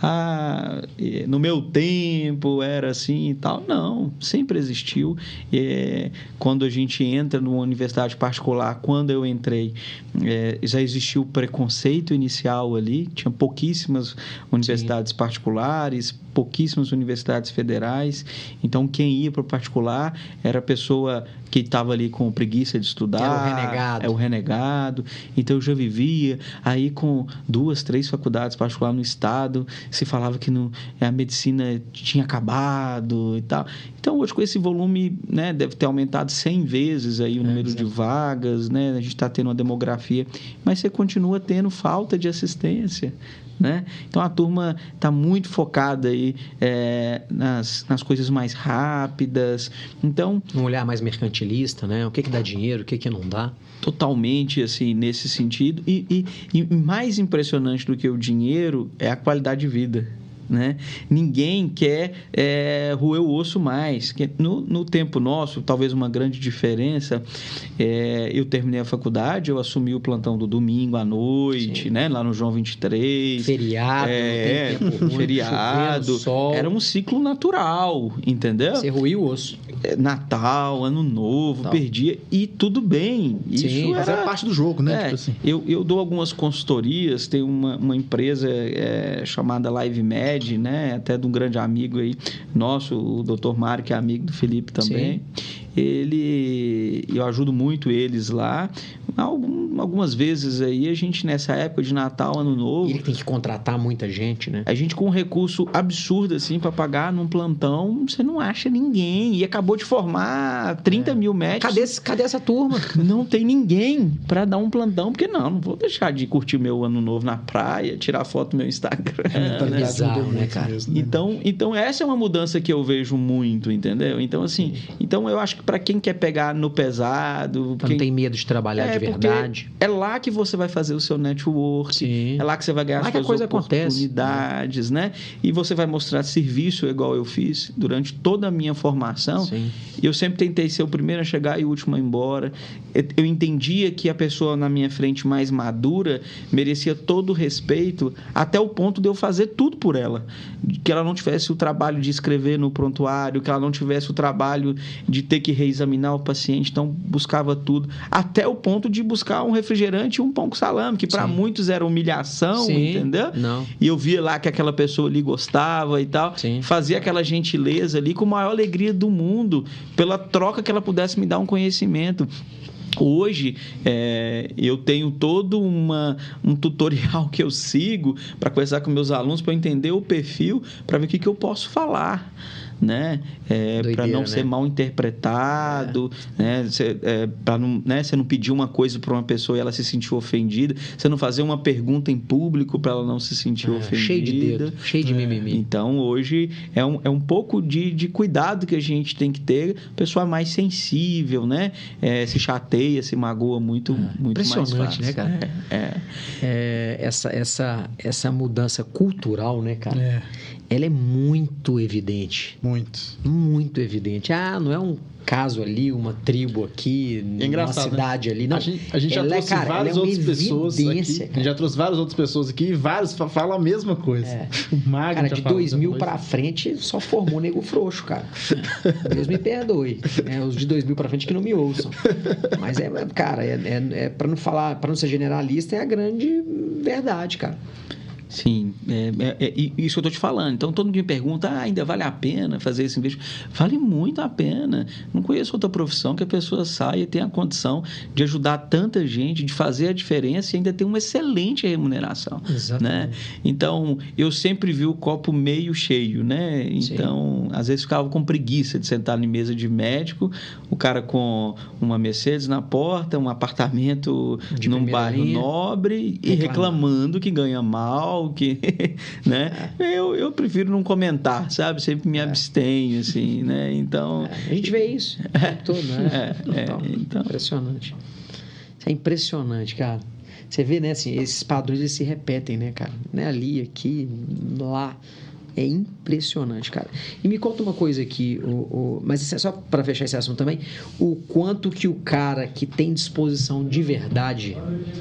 ah, no meu tempo era assim e tal. Não, sempre existiu. É, quando a gente entra numa universidade particular, quando eu entrei, é, já existiu o preconceito inicial ali, tinha pouquíssimas universidades Sim. particulares, pouquíssimas universidades federais, então quem ia para o particular era a pessoa que estava ali com preguiça de estudar, era o renegado. é o renegado, então eu já vivia aí com duas, três faculdades particulares no estado, se falava que não, a medicina tinha acabado e tal, então hoje com esse volume, né, deve ter aumentado cem vezes aí o é, número exatamente. de vagas, né, a gente está tendo uma demografia, mas você continua tendo falta de assistência, né? Então a turma está muito focada aí, é, nas, nas coisas mais rápidas. Então, um olhar mais mercantilista, né? O que, que dá dinheiro, o que, que não dá. Totalmente assim, nesse sentido. E, e, e mais impressionante do que o dinheiro é a qualidade de vida. Né? Ninguém quer é, roer o osso mais. No, no tempo nosso, talvez uma grande diferença, é, eu terminei a faculdade, eu assumi o plantão do domingo à noite, né? Lá no João vinte e três. Feriado, é, não tem tempo ruim, feriado. Chovendo, sol. Era um ciclo natural, entendeu? Você roía o osso. Natal, Ano Novo, Tal. perdia e tudo bem. Isso Sim, era parte do jogo, né? É, tipo assim. eu, eu dou algumas consultorias, tem uma, uma empresa é, chamada LiveMed, né? Até de um grande amigo aí nosso, o doutor Mário, que é amigo do Felipe também. Sim. Ele, eu ajudo muito eles lá. Algum, algumas vezes aí, a gente nessa época de Natal, Ano Novo... E ele tem que contratar muita gente, né? A gente com um recurso absurdo, assim, para pagar num plantão, você não acha ninguém. E acabou de formar trinta é. mil médicos. Cadê, cadê essa turma? Não tem ninguém para dar um plantão, porque não, não vou deixar de curtir meu Ano Novo na praia, tirar foto no meu Instagram. É, né? Bizarro, né, cara? Mesmo, né? Então, então, essa é uma mudança que eu vejo muito, entendeu? Então, assim, então eu acho que para quem quer pegar no pesado... Então quem... não tem medo de trabalhar é, de verdade. É lá que você vai fazer o seu network, Sim. é lá que você vai ganhar lá as suas coisa oportunidades, acontece. né? E você vai mostrar serviço igual eu fiz durante toda a minha formação. Sim. Eu sempre tentei ser o primeiro a chegar e o último a ir embora. Eu entendia que a pessoa na minha frente mais madura merecia todo o respeito, até o ponto de eu fazer tudo por ela. Que ela não tivesse o trabalho de escrever no prontuário, que ela não tivesse o trabalho de ter que reexaminar o paciente, então buscava tudo, até o ponto de buscar um refrigerante e um pão com salame, que para muitos era humilhação, Sim. entendeu? Não. E eu via lá que aquela pessoa ali gostava e tal, Sim. fazia aquela gentileza ali com a maior alegria do mundo, pela troca que ela pudesse me dar um conhecimento. Hoje, é, eu tenho todo uma, um tutorial que eu sigo para conversar com meus alunos, para entender o perfil, para ver o que, que eu posso falar, né? É, para não né? ser mal interpretado, é. né? Cê, é, para não, né? Você não pedir uma coisa para uma pessoa e ela se sentir ofendida, você não fazer uma pergunta em público para ela não se sentir é, ofendida. Cheio de dedo, cheio de mimimi. Então, hoje, é um, é um pouco de, de cuidado que a gente tem que ter, a pessoa mais sensível, né? É, se chateia, se magoa muito, é. muito mais fácil. Impressionante, né, cara? É, é. É, essa, essa, essa mudança cultural, né, cara? É. Ela é muito evidente. Muito. Muito evidente. Ah, não é um caso ali, uma tribo aqui, é uma cidade né? ali. Não. A gente, a gente já trouxe é, cara, várias é outras pessoas aqui. Cara. A gente já trouxe várias outras pessoas aqui e vários falam a mesma coisa. É. O Magno cara, de dois mil pra frente só formou nego frouxo, cara. Deus me perdoe. É, os de dois mil pra frente que não me ouçam. Mas, é, cara, é, é, é para não falar, para não ser generalista, é a grande verdade, cara. Sim, é, é, é isso que eu estou te falando. Então, todo mundo me pergunta, ah, ainda vale a pena fazer esse investimento? Vale muito a pena. Não conheço outra profissão que a pessoa saia e tenha a condição de ajudar tanta gente, de fazer a diferença e ainda ter uma excelente remuneração. Exatamente. Né? Então, eu sempre vi o copo meio cheio, né? Então, Sim. às vezes ficava com preguiça de sentar em mesa de médico, o cara com uma Mercedes na porta, um apartamento de num bairro linha, nobre e reclamando. reclamando que ganha mal, que, né? É. Eu, eu prefiro não comentar, sabe? Sempre me é. abstenho, assim, né? Então... É. A gente vê isso o tempo todo, né? É, é, então... Impressionante. Isso é impressionante, cara. Você vê, né, assim, esses padrões eles se repetem, né, cara? Né? Ali, aqui, lá. É impressionante, cara. E me conta uma coisa aqui, o, o, mas isso é só para fechar esse assunto também, o quanto que o cara que tem disposição de verdade,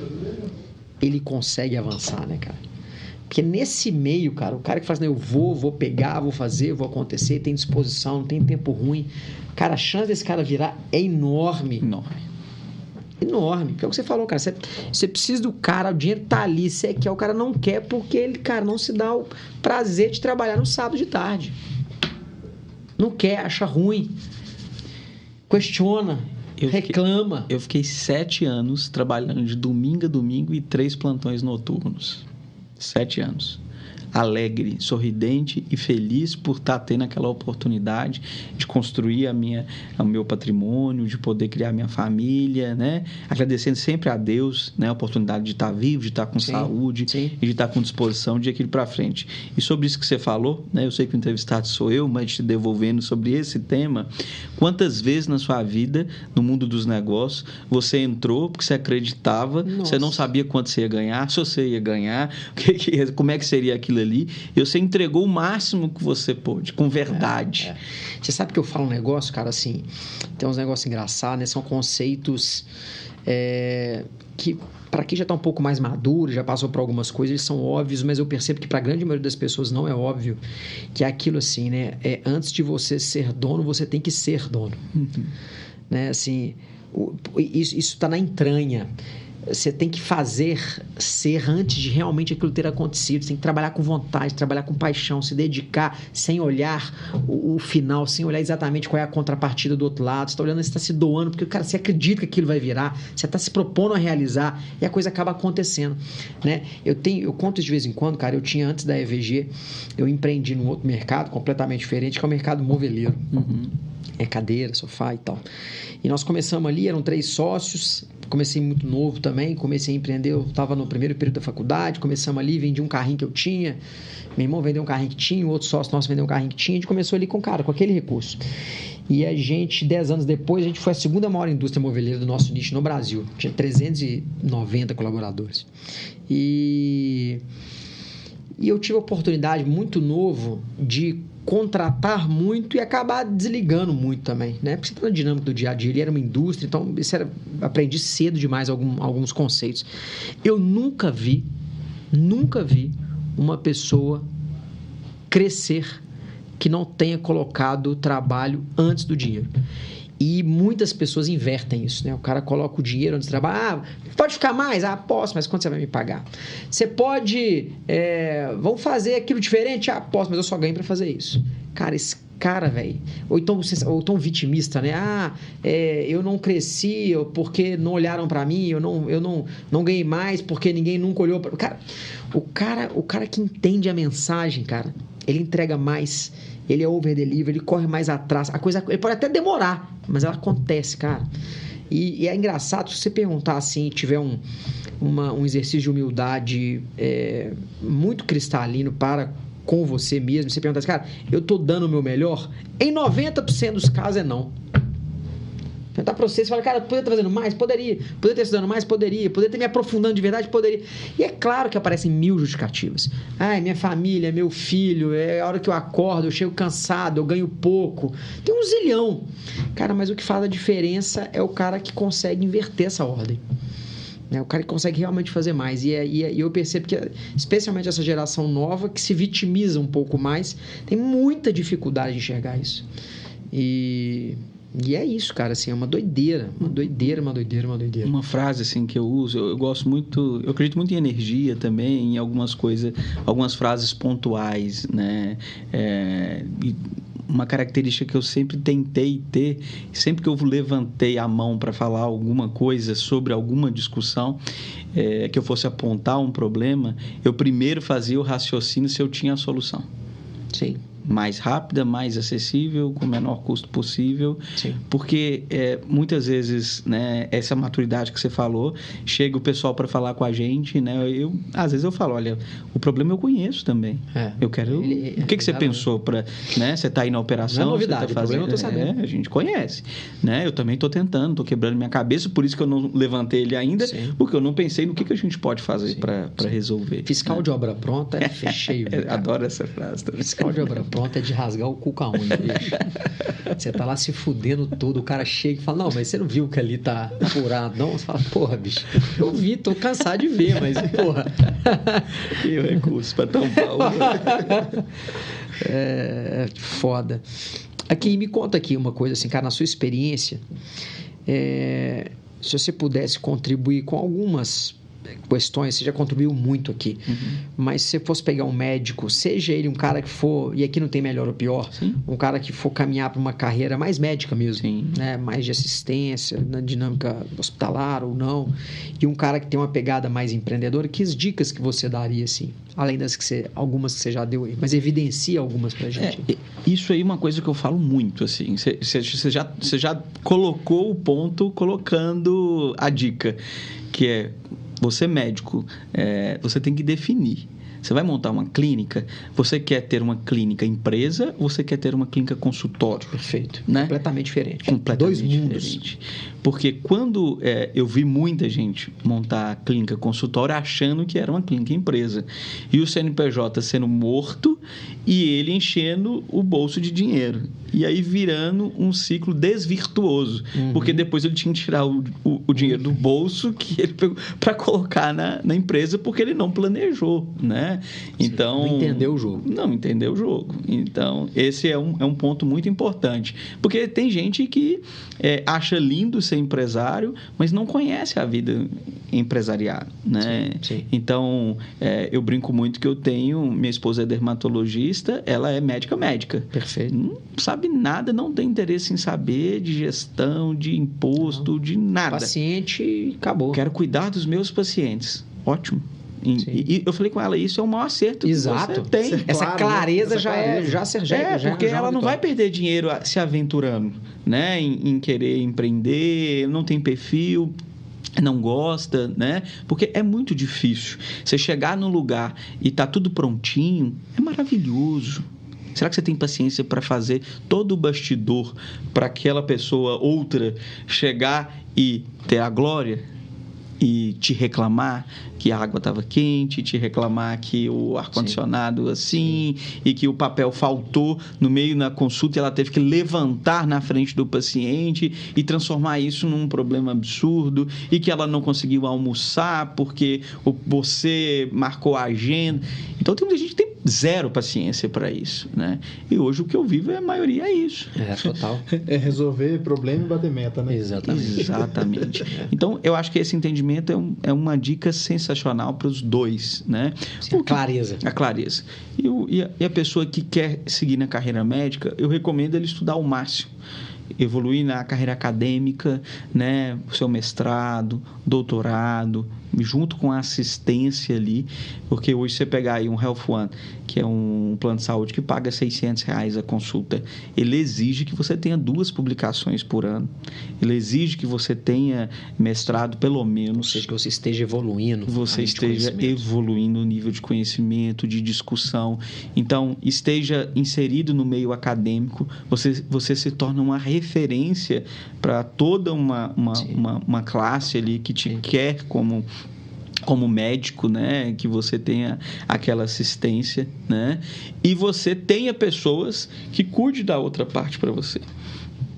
ele consegue avançar, né, cara? Porque nesse meio, cara, o cara que faz, né, eu vou, vou pegar, vou fazer, vou acontecer, tem disposição, não tem tempo ruim. Cara, a chance desse cara virar é enorme. Enorme. Enorme. Que é o que você falou, cara. Você, você precisa do cara, o dinheiro tá ali, você quer, o cara não quer porque ele, cara, não se dá o prazer de trabalhar no sábado de tarde. Não quer, acha ruim. Questiona. Eu reclama. Fiquei, eu fiquei sete anos trabalhando de domingo a domingo e três plantões noturnos. Sete anos. Alegre, sorridente e feliz por estar tendo aquela oportunidade de construir a minha, o meu patrimônio, de poder criar a minha família, né? Agradecendo sempre a Deus, né? A oportunidade de estar vivo, de estar com sim, saúde sim. e de estar com disposição de ir aquilo para frente. E sobre isso que você falou, né? Eu sei que o entrevistado sou eu, mas te devolvendo sobre esse tema, quantas vezes na sua vida, no mundo dos negócios, você entrou porque você acreditava, Nossa. Você não sabia quanto você ia ganhar, se você ia ganhar, como é que seria aquilo ali, e você entregou o máximo que você pôde, com verdade. É, é. Você sabe que eu falo um negócio, cara, assim, tem uns negócios engraçados, né? São conceitos é, que, para quem já está um pouco mais maduro, já passou por algumas coisas, eles são óbvios, mas eu percebo que para a grande maioria das pessoas não é óbvio, que é aquilo assim, né? É, antes de você ser dono, você tem que ser dono. Uhum. Né? Assim, o, isso está na entranha. Você tem que fazer ser antes de realmente aquilo ter acontecido. Você tem que trabalhar com vontade, trabalhar com paixão, se dedicar sem olhar o, o final, sem olhar exatamente qual é a contrapartida do outro lado. Você está olhando, você está se doando, porque, cara, você acredita que aquilo vai virar, você está se propondo a realizar e a coisa acaba acontecendo, né? Eu, tenho, eu conto isso de vez em quando, cara. Eu tinha, antes da E V G, eu empreendi num outro mercado completamente diferente, que é o mercado moveleiro. Uhum. É cadeira, sofá e tal. E nós começamos ali, eram três sócios, comecei muito novo também, comecei a empreender, eu estava no primeiro período da faculdade, começamos ali, vendi um carrinho que eu tinha, meu irmão vendeu um carrinho que tinha, o outro sócio nosso vendeu um carrinho que tinha, a gente começou ali com, cara, com aquele recurso. E a gente, dez anos depois, a gente foi a segunda maior indústria moveleira do nosso nicho no Brasil. Tinha trezentos e noventa colaboradores. E, e eu tive a oportunidade, muito novo, de contratar muito e acabar desligando muito também, né? Porque você está na dinâmica do dia a dia, ele era uma indústria, então isso era, aprendi cedo demais algum, alguns conceitos. Eu nunca vi, nunca vi uma pessoa crescer que não tenha colocado o trabalho antes do dinheiro. E muitas pessoas invertem isso, né? O cara coloca o dinheiro antes do trabalho. Ah, pode ficar mais? Ah, posso, mas quanto você vai me pagar? Você pode... É, vamos fazer aquilo diferente? Ah, posso, mas eu só ganho para fazer isso. Cara, esse cara, velho... Ou então, ou tão vitimista, né? Ah, é, eu não cresci porque não olharam para mim, eu, não, eu não, não ganhei mais porque ninguém nunca olhou para... Cara, o cara, o cara que entende a mensagem, cara, ele entrega mais... Ele é over-deliver, ele corre mais atrás. A coisa, ele pode até demorar, mas ela acontece, cara. E, e é engraçado, se você perguntar assim, tiver um, uma, um exercício de humildade é, muito cristalino para com você mesmo, você perguntar assim, cara, eu tô dando o meu melhor? Em noventa por cento dos casos é não. Perguntar para você, você fala, cara, eu poderia estar fazendo mais? Poderia. Poderia ter estudando mais? Poderia. Poderia ter me aprofundando de verdade? Poderia. E é claro que aparecem mil justificativas. Ah, minha família, meu filho, é a hora que eu acordo, eu chego cansado, eu ganho pouco. Tem um zilhão. Cara, mas o que faz a diferença é o cara que consegue inverter essa ordem. É o cara que consegue realmente fazer mais. E, é, e, é, e eu percebo que, especialmente essa geração nova, que se vitimiza um pouco mais, tem muita dificuldade de enxergar isso. E... E é isso, cara, assim, é uma doideira, uma doideira, uma doideira, uma doideira. Uma frase, assim, que eu uso, eu, eu gosto muito, eu acredito muito em energia também, em algumas coisas, algumas frases pontuais, né? É, e uma característica que eu sempre tentei ter, sempre que eu levantei a mão para falar alguma coisa sobre alguma discussão, é, que eu fosse apontar um problema, eu primeiro fazia o raciocínio se eu tinha a solução. Sim. Mais rápida, mais acessível, com o menor custo possível. Sim. Porque é, muitas vezes, né, essa maturidade que você falou, chega o pessoal para falar com a gente, né? Eu, às vezes eu falo, olha, o problema eu conheço também. É. Eu quero... Ele, o que, que você pensou para... Né? Você está aí na operação... Não é novidade, você tá fazendo, o problema eu estou sabendo. É, a gente conhece. Né? Eu também estou tentando, estou quebrando minha cabeça, por isso que eu não levantei ele ainda, Sim. porque eu não pensei no que, que a gente pode fazer para resolver. Fiscal né? de obra pronta é fecheio. Adoro essa frase também. Fiscal de obra pronto é de rasgar o cu com a unha, bicho. Você tá lá se fudendo todo, o cara chega e fala, não, mas você não viu que ali tá furado, não? Você fala, porra, bicho, eu vi, tô cansado de ver, mas, porra. E o recurso pra tampar o... É, foda. Aqui, me conta aqui uma coisa, assim, cara, na sua experiência, é, se você pudesse contribuir com algumas questões, você já contribuiu muito aqui, uhum. mas se você fosse pegar um médico, seja ele um cara que for, e aqui não tem melhor ou pior, Sim. um cara que for caminhar para uma carreira mais médica mesmo, Sim. né? mais de assistência, na dinâmica hospitalar ou não, e um cara que tem uma pegada mais empreendedora, que as dicas que você daria, assim, além das que você, algumas que você já deu aí, mas evidencia algumas pra gente. É, isso aí é uma coisa que eu falo muito, assim, você, você, já, você já colocou o ponto colocando a dica, que é você médico, é, você tem que definir. Você vai montar uma clínica, você quer ter uma clínica empresa ou você quer ter uma clínica consultório? Perfeito. Né? Completamente diferente. Completamente Dois mundos. Diferente. Porque quando é, eu vi muita gente montar clínica consultório achando que era uma clínica empresa. E o C N P J sendo morto e ele enchendo o bolso de dinheiro. E aí virando um ciclo desvirtuoso. Uhum. Porque depois ele tinha que tirar o, o, o dinheiro do bolso que ele pegou para colocar na, na empresa porque ele não planejou, né? Então, não entendeu o jogo. Não entendeu o jogo. Então, esse é um, é um ponto muito importante. Porque tem gente que é, acha lindo ser empresário, mas não conhece a vida empresarial, né? Sim, sim. Então, é, eu brinco muito que eu tenho... Minha esposa é dermatologista, ela é médica médica. Perfeito. Não sabe nada, não tem interesse em saber de gestão, de imposto, não. de nada. Paciente, acabou. Quero cuidar dos meus pacientes. Ótimo. E, e eu falei com ela, isso é o maior acerto Exato. que você tem. Ser essa claro, clareza né? já clareza. é já ser já, É, já, porque já ela não vai perder dinheiro se aventurando, né? Em, em querer empreender, não tem perfil, não gosta, né? Porque é muito difícil. Você chegar no lugar e tá tudo prontinho, é maravilhoso. Será que você tem paciência para fazer todo o bastidor para aquela pessoa, outra, chegar e ter a glória? E te reclamar que a água estava quente, te reclamar que o ar-condicionado assim, Sim. e que o papel faltou no meio da consulta e ela teve que levantar na frente do paciente e transformar isso num problema absurdo e que ela não conseguiu almoçar porque você marcou a agenda. Então, tem muita gente que tem zero paciência para isso, né? E hoje o que eu vivo, é a maioria é isso. É, total. É resolver problema e bater meta, né? Exatamente. Exatamente. Então, eu acho que esse entendimento é, um, é uma dica sensacional para os dois, né? Sim, a clareza. A clareza. E, o, e, a, e a pessoa que quer seguir na carreira médica, eu recomendo ele estudar ao máximo. Evoluir na carreira acadêmica, né? O seu mestrado, doutorado, junto com a assistência ali, porque hoje você pegar aí um Health One, que é um plano de saúde que paga seiscentos reais a consulta, ele exige que você tenha duas publicações por ano, ele exige que você tenha mestrado pelo menos. Ou seja, que você esteja evoluindo. Você esteja evoluindo o nível de conhecimento, de discussão. Então, esteja inserido no meio acadêmico, você, você se torna uma referência para toda uma, uma, uma, uma classe ali que te Sim. quer como... como médico, né, que você tenha aquela assistência, né, e você tenha pessoas que cuide da outra parte para você.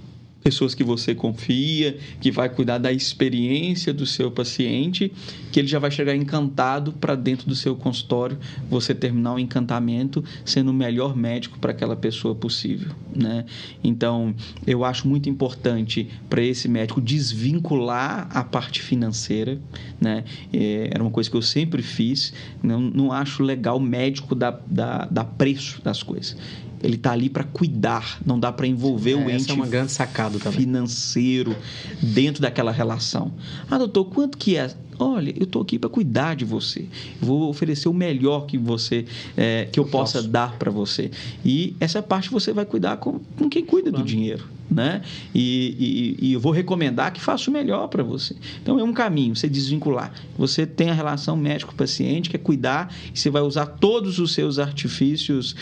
pessoas que você confia, que vai cuidar da experiência do seu paciente, que ele já vai chegar encantado para dentro do seu consultório, você terminar o encantamento sendo o melhor médico para aquela pessoa possível, né? Então, eu acho muito importante para esse médico desvincular a parte financeira, né? É, era uma coisa que eu sempre fiz, não, não acho legal o médico dar, dar, dar preço das coisas. Ele está ali para cuidar, não dá para envolver é, o ente é uma grande sacada também. financeiro dentro daquela relação. Ah, doutor, quanto que é? Olha, eu estou aqui para cuidar de você. Eu vou oferecer o melhor que você, é, que eu, eu possa posso. dar para você. E essa parte você vai cuidar com, com quem cuida claro. do dinheiro, né? E, e, e eu vou recomendar que faça o melhor para você. Então é um caminho, você desvincular. Você tem a relação médico-paciente, que é cuidar, e você vai usar todos os seus artifícios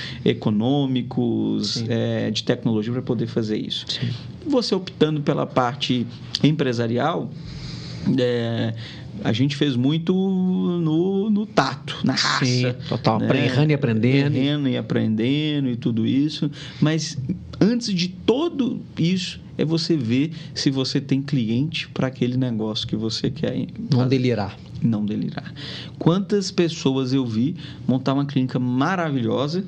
econômicos, é, de tecnologia para poder fazer isso. Sim. Você optando pela parte empresarial, é, a gente fez muito no, no tato, na raça. Sim, total. Né? Errando e aprendendo. Errando e aprendendo e tudo isso. Mas antes de tudo isso, é você ver se você tem cliente para aquele negócio que você quer. Não fazer. delirar. Não delirar. Quantas pessoas eu vi montar uma clínica maravilhosa,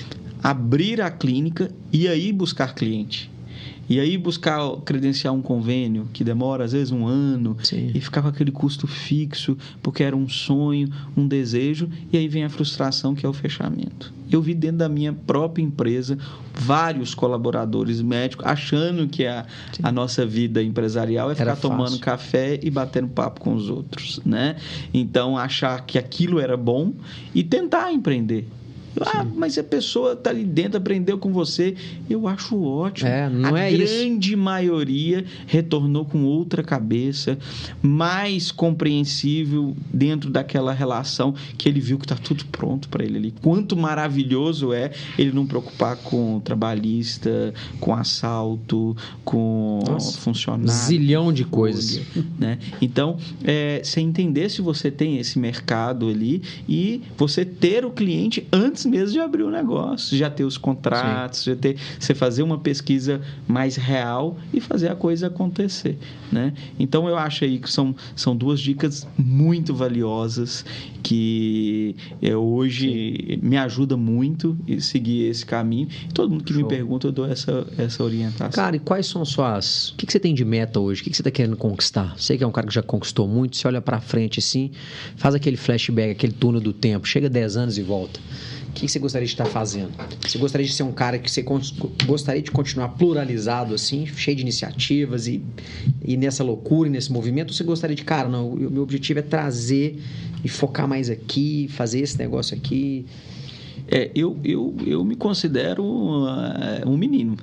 abrir a clínica e aí buscar cliente. E aí buscar credenciar um convênio que demora às vezes um ano. Sim. E ficar com aquele custo fixo porque era um sonho, um desejo, e aí vem a frustração que é o fechamento. Eu vi dentro da minha própria empresa vários colaboradores médicos achando que a, a nossa vida empresarial é ficar tomando café e batendo papo com os outros, né? Então achar que aquilo era bom e tentar empreender. Ah, sim. Mas a pessoa está ali dentro, aprendeu com você. Eu acho ótimo. É, não a é grande isso. maioria retornou com outra cabeça, mais compreensível dentro daquela relação que ele viu que está tudo pronto para ele ali. Quanto maravilhoso é ele não preocupar com trabalhista, com assalto, com Nossa, funcionário. Zilhão de coisas. Né? Então, é, você entender se você tem esse mercado ali e você ter o cliente antes mesmo de abrir o negócio, já ter os contratos, Sim. já ter, você fazer uma pesquisa mais real e fazer a coisa acontecer, né? Então eu acho aí que são, são duas dicas muito valiosas que é, hoje Sim. me ajuda muito a seguir esse caminho. Todo mundo que Show. me pergunta eu dou essa, essa orientação. Cara, e quais são suas... O que, que você tem de meta hoje? O que, que você está querendo conquistar? Você que é um cara que já conquistou muito, você olha para frente assim, faz aquele flashback, aquele túnel do tempo, chega dez anos e volta. O que você gostaria de estar fazendo? Você gostaria de ser um cara que você gostaria de continuar pluralizado, assim, cheio de iniciativas e, e nessa loucura, e nesse movimento? Ou você gostaria de, cara, não, o meu objetivo é trazer e focar mais aqui, fazer esse negócio aqui? É, eu, eu, eu me considero uh, um menino.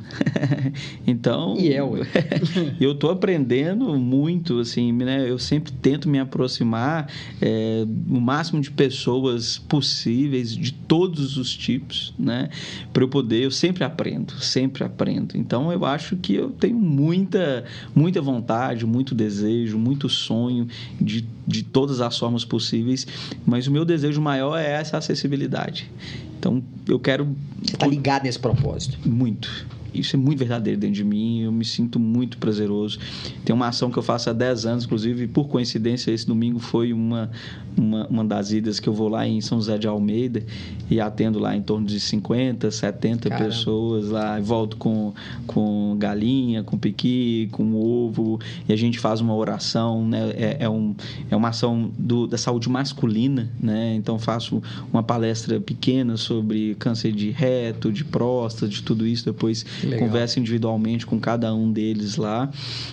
Então, e é, ué. eu estou aprendendo muito, assim, né? Eu sempre tento me aproximar é, o máximo de pessoas possíveis, de todos os tipos, né? Para eu poder, eu sempre aprendo, sempre aprendo. Então, eu acho que eu tenho muita, muita vontade, muito desejo, muito sonho de, de todas as formas possíveis, mas o meu desejo maior é essa acessibilidade. Então, eu quero... Você está ligado nesse propósito? Muito. Isso é muito verdadeiro dentro de mim, eu me sinto muito prazeroso. Tem uma ação que eu faço há dez anos, inclusive, por coincidência, esse domingo foi uma, uma, uma das idas que eu vou lá em São José de Almeida e atendo lá em torno de cinquenta, setenta Caramba. pessoas lá, e volto com, com galinha, com piqui, com ovo, e a gente faz uma oração, né? é, é, um, é uma ação do, da saúde masculina, né? Então faço uma palestra pequena sobre câncer de reto, de próstata, de tudo isso, depois Legal. Converso individualmente com cada um deles lá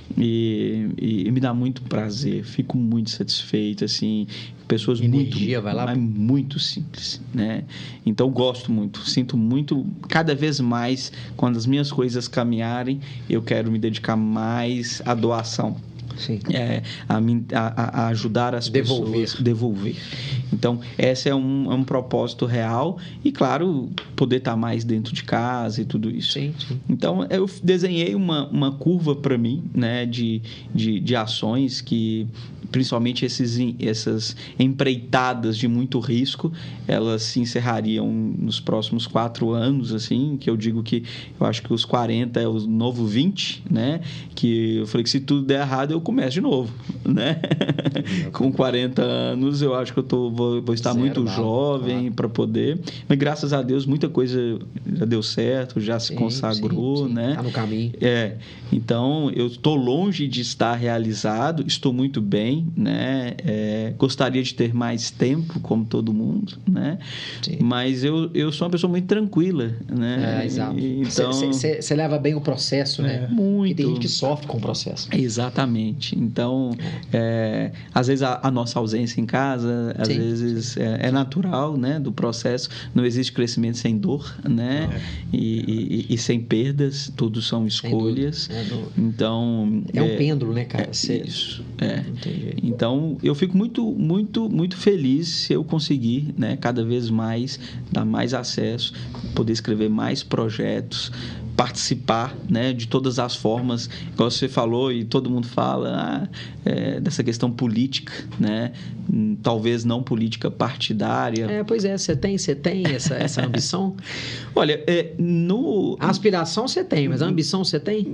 e, e, e me dá muito prazer, fico muito satisfeito, assim, pessoas Energia, muito, vai lá. muito simples, né? Então gosto muito, sinto muito, cada vez mais, quando as minhas coisas caminharem, eu quero me dedicar mais à doação. Sim. É, a, a, a ajudar as devolver. pessoas, devolver. Então, esse é um, é um propósito real e, claro, poder estar mais dentro de casa e tudo isso. Sim, sim. Então, eu desenhei uma, uma curva para mim, né, de, de, de ações que, principalmente esses, essas empreitadas de muito risco, elas se encerrariam nos próximos quatro anos, assim, que eu digo que eu acho que os quarenta é o novo vinte, né, que eu falei que se tudo der errado, eu começo de novo, né? Com quarenta anos, eu acho que eu tô, vou, vou estar Zero, muito mal, jovem claro. Para poder, mas graças a Deus, muita coisa já deu certo, já se sim, consagrou, sim, sim. né? Tá no caminho. É, então, eu estou longe de estar realizado, estou muito bem, né? É, gostaria de ter mais tempo, como todo mundo, né? Sim. Mas eu, eu sou uma pessoa muito tranquila, né? É, exato. Então... Você leva bem o processo, né? É, muito. E tem gente que sofre com o processo. Exatamente. Então, é, às vezes a, a nossa ausência em casa, às sim, vezes sim. É, é natural, né? Do processo. Não existe crescimento sem dor, né? É. E, e, e sem perdas, tudo são escolhas. É, do... Então... É um é, pêndulo, né, cara? É, isso. É. Então, eu fico muito, muito, muito feliz se eu conseguir, né? Cada vez mais, dar mais acesso, poder escrever mais projetos, participar, né, de todas as formas, igual você falou e todo mundo fala ah, é, dessa questão política, né, talvez não política partidária. É, pois é, você tem, você tem essa, essa ambição? Olha, é, no... A aspiração você tem, mas a ambição você tem?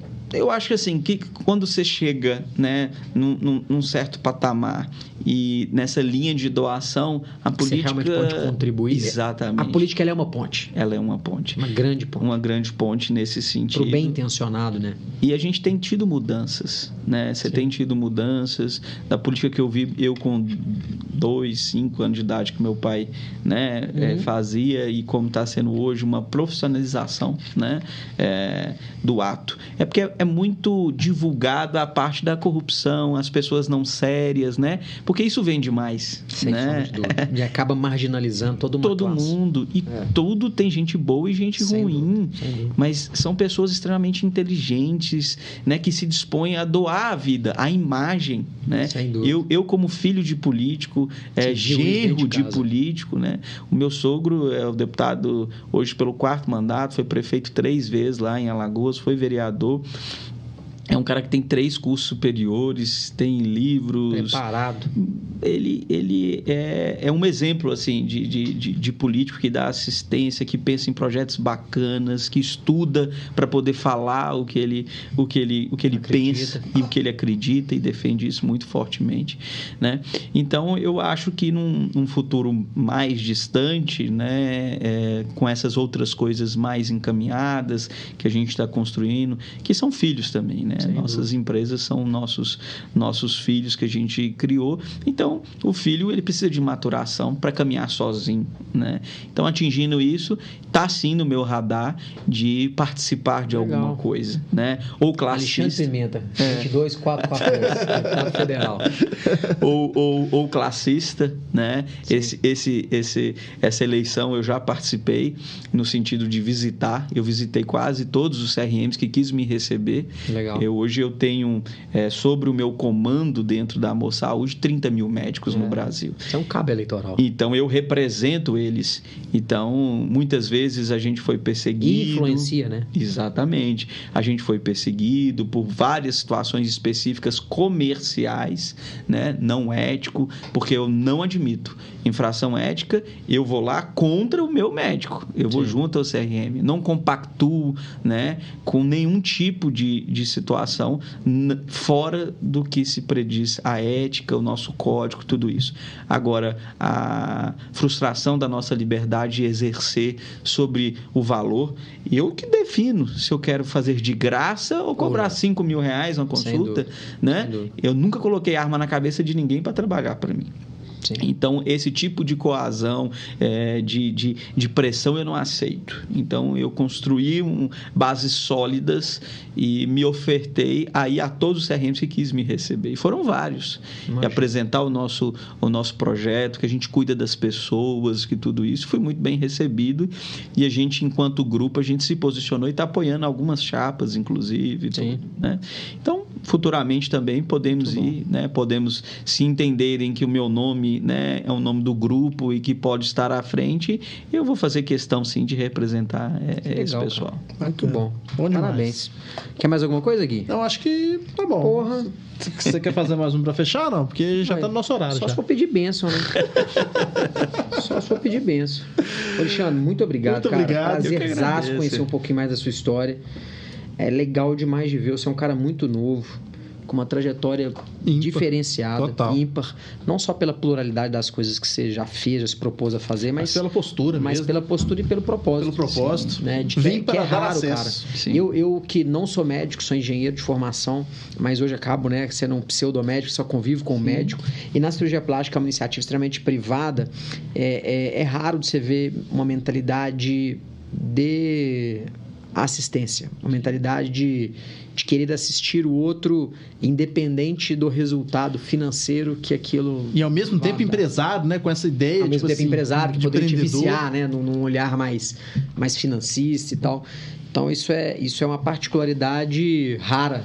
Eu acho que assim, que quando você chega, né, num, num, num certo patamar e nessa linha de doação, a política... Você realmente pode contribuir. Exatamente. A política ela é uma ponte. Ela é uma ponte. Uma grande ponte. Uma grande ponte nesse sentido. Pro bem intencionado, né? E a gente tem tido mudanças, né? Você Sim. tem tido mudanças da política que eu vi, eu com dois, cinco anos de idade que meu pai, né, uhum. é, fazia e como está sendo hoje uma profissionalização, né, é, do ato. É porque é muito divulgada a parte da corrupção, as pessoas não sérias, né? Porque isso vem demais, Sem né? De dúvida. E acaba marginalizando todo mundo. Todo classe. mundo. E é. tudo tem gente boa e gente Sem ruim. Dúvida. Sem dúvida. Mas são pessoas extremamente inteligentes, né? Que se dispõem a doar a vida, a imagem, né? Sem dúvida. Eu, eu como filho de político, é, genro de, de político, né? O meu sogro é o deputado hoje pelo quarto mandato, foi prefeito três vezes lá em Alagoas, foi vereador. É um cara que tem três cursos superiores, tem livros... Preparado. Ele, ele é, é um exemplo, assim, de, de, de, de político que dá assistência, que pensa em projetos bacanas, que estuda para poder falar o que ele, o que ele, o que ele pensa e o que ele acredita e defende isso muito fortemente, né? Então, eu acho que num, num futuro mais distante, né, é, com essas outras coisas mais encaminhadas que a gente está construindo, que são filhos também, né? Sem Nossas dúvida. Empresas são nossos, nossos filhos que a gente criou. Então, o filho ele precisa de maturação para caminhar sozinho, né? Então, atingindo isso, está sim no meu radar de participar de Legal. Alguma coisa, né? Ou classista. Alexandre Pimenta, é. vinte e dois, quatro, quatro, deputado federal. Ou, ou, ou classista, né? Esse, esse, esse, essa eleição eu já participei no sentido de visitar. Eu visitei quase todos os C R Ms que quis me receber. Legal. Eu, hoje eu tenho, é, sobre o meu comando dentro da Amor Saúde, trinta mil médicos é. no Brasil. Isso é um cabo eleitoral. Então, eu represento eles. Então, muitas vezes a gente foi perseguido. E influencia, né? Exatamente. A gente foi perseguido por várias situações específicas comerciais, né? Não ético, porque eu não admito. Infração ética, eu vou lá contra o meu médico. Eu vou Sim. junto ao C R M. Não compactuo, né, com nenhum tipo de, de situação fora do que se prediz a ética, o nosso código, tudo isso. Agora, a frustração da nossa liberdade de exercer sobre o valor, eu que defino se eu quero fazer de graça ou cobrar cinco mil reais uma consulta, né? Eu nunca coloquei arma na cabeça de ninguém para trabalhar para mim. Sim. Então, esse tipo de coazão, é, de, de, de pressão, eu não aceito. Então, eu construí um, bases sólidas e me ofertei aí a todos os C R Ms que quis me receber. E foram vários. E apresentar o nosso, o nosso projeto, que a gente cuida das pessoas, que tudo isso foi muito bem recebido. E a gente, enquanto grupo, a gente se posicionou e está apoiando algumas chapas, inclusive. Sim. Tudo, né? Então, futuramente também podemos ir, né? Podemos se entenderem que o meu nome, né, é o nome do grupo e que pode estar à frente. Eu vou fazer questão, sim, de representar é, esse pessoal. Cara. Muito bom. Bom demais. Parabéns. Quer mais alguma coisa, Gui? Eu acho que tá bom. Porra. Você quer fazer mais um pra fechar, não? Porque já Mas, tá no nosso horário. Só já. se for pedir bênção, né? Só se for pedir bênção. Alexandre, muito obrigado, muito cara. Obrigado. Prazerzaço conhecer um pouquinho mais da sua história. É legal demais de ver. Você é um cara muito novo, com uma trajetória ímpar, diferenciada, total. ímpar. Não só pela pluralidade das coisas que você já fez, já se propôs a fazer, mas, mas pela postura mas mesmo. pela postura e pelo propósito. Pelo propósito. Assim, né? De Vim que, para que é dar raro, acesso. cara. Eu, eu que não sou médico, sou engenheiro de formação, mas hoje acabo, né, sendo um pseudomédico, só convivo com o médico. E na cirurgia plástica é uma iniciativa extremamente privada. É, é, é raro de você ver uma mentalidade de assistência, uma mentalidade de, de querer assistir o outro independente do resultado financeiro que aquilo... E ao mesmo tempo dar. empresário, né? Com essa ideia, ao mesmo tipo tempo assim, empresário, que poderia te viciar, né? Num, num olhar mais, mais financista e tal. Então, isso é, isso é uma particularidade rara.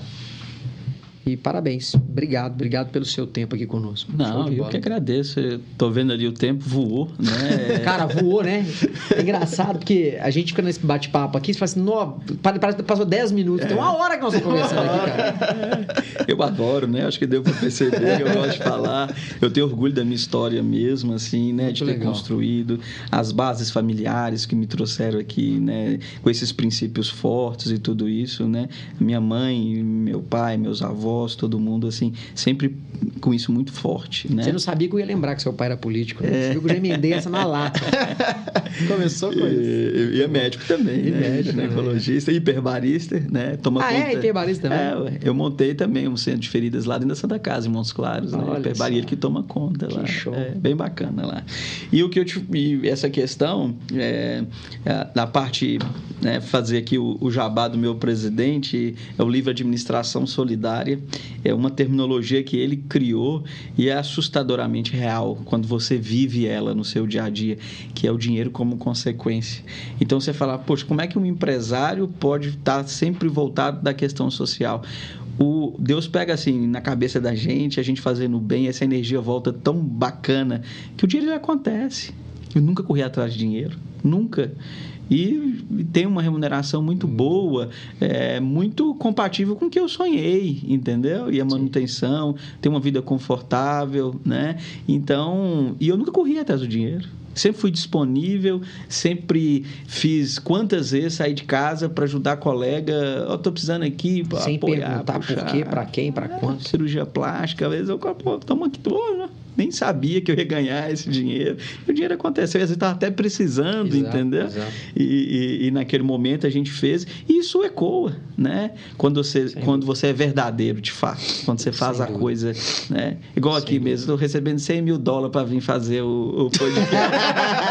E parabéns. Obrigado. Obrigado pelo seu tempo aqui conosco. Não, eu que agradeço. Eu tô vendo ali o tempo, voou, né? Cara, voou, né? É engraçado, porque a gente fica nesse bate-papo aqui e fala assim, no, passou dez minutos. É. Tem uma hora que nós estamos conversando aqui, cara. Eu adoro, né? Acho que deu para perceber, eu gosto de falar. Eu tenho orgulho da minha história mesmo, assim, né? Muito de ter legal. construído as bases familiares que me trouxeram aqui, né? Com esses princípios fortes e tudo isso, né? Minha mãe, meu pai, meus avós, todo mundo, assim, sempre com isso muito forte, né? Você não sabia que eu ia lembrar que seu pai era político, né? Você viu que eu já emendei essa na lata. Começou com isso. E, e é médico também, e né? médico, ginecologista, né? Hiperbarista, né? Toma ah, conta... é? Hiperbarista também? É, eu montei também um centro de feridas lá dentro da Santa Casa, em Montes Claros, né? Hiperbaria, ele que toma conta que lá. Show. É bem bacana lá. E o que eu te... E essa questão, é, é, na parte, né, fazer aqui o, o jabá do meu presidente, é o livro Administração Solidária. É uma terminologia que ele criou e é assustadoramente real quando você vive ela no seu dia a dia, que é o dinheiro como consequência. Então você fala, poxa, como é que um empresário pode estar sempre voltado da questão social? O Deus pega assim na cabeça da gente, a gente fazendo bem, essa energia volta tão bacana que o dinheiro ele acontece. Eu nunca corri atrás de dinheiro, nunca. E tem uma remuneração muito boa, é, muito compatível com o que eu sonhei, entendeu? E a manutenção, ter uma vida confortável, né? Então, e eu nunca corri atrás do dinheiro. Sempre fui disponível, sempre fiz quantas vezes saí de casa para ajudar colega. Eu estou precisando aqui para apoiar. Sem perguntar por quê, para quem, para quanto. Cirurgia plástica, às vezes eu estamos aqui, tô, nem sabia que eu ia ganhar esse dinheiro. E o dinheiro aconteceu, às vezes estava até precisando, exato, entendeu? Exato. E, e, e naquele momento a gente fez. E isso ecoa, né? Quando você, quando você é verdadeiro, de fato. Quando você faz Sem a dúvida. coisa, né? Igual Sem aqui dúvida. mesmo, estou recebendo cem mil dólares para vir fazer o, o podcast.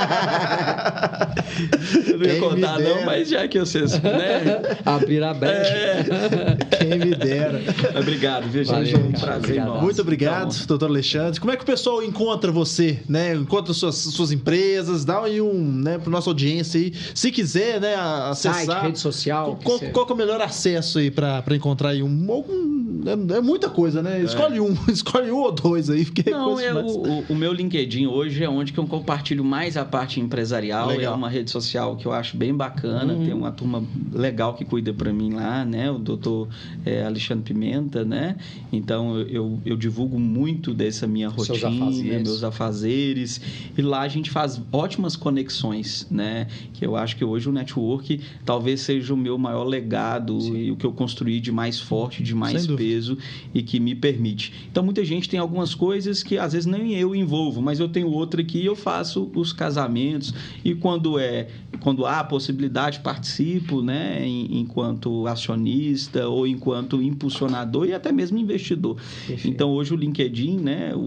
Eu não ia contar não, mas já que vocês, né? Abrir a brecha. É. Quem me dera. Obrigado, viu, gente? Valeu, um prazer. Obrigado. Muito obrigado, então, doutor Alexandre. Como é que o pessoal encontra você, né? Encontra suas, suas empresas, dá aí um, né, para nossa audiência aí. Se quiser, né, acessar. Site, rede social. Qual, que qual que é o melhor acesso aí para encontrar aí um, algum, é, é muita coisa, né? Escolhe é. um, escolhe um ou dois aí. Porque não, é é mais... o, o meu LinkedIn hoje é onde que eu compartilho mais a parte empresarial. Legal. É uma rede social que eu acho bem bacana. Uhum. Tem uma turma legal que cuida para mim lá, né? O doutor é, Alexandre Pimenta, né? Então eu, eu, eu divulgo muito dessa minha rotina, Seus afazeres. meus afazeres. E lá a gente faz ótimas conexões, né? Que eu acho que hoje o network talvez seja o meu maior legado Sim. e o que eu construí de mais forte, de mais peso e que me permite. Então muita gente tem algumas coisas que às vezes nem eu envolvo, mas eu tenho outra que eu faço os casamentos e quando é quando há a possibilidade participo, né, enquanto acionista ou enquanto impulsionador e até mesmo investidor. Perfeito. Então hoje o LinkedIn, né, o,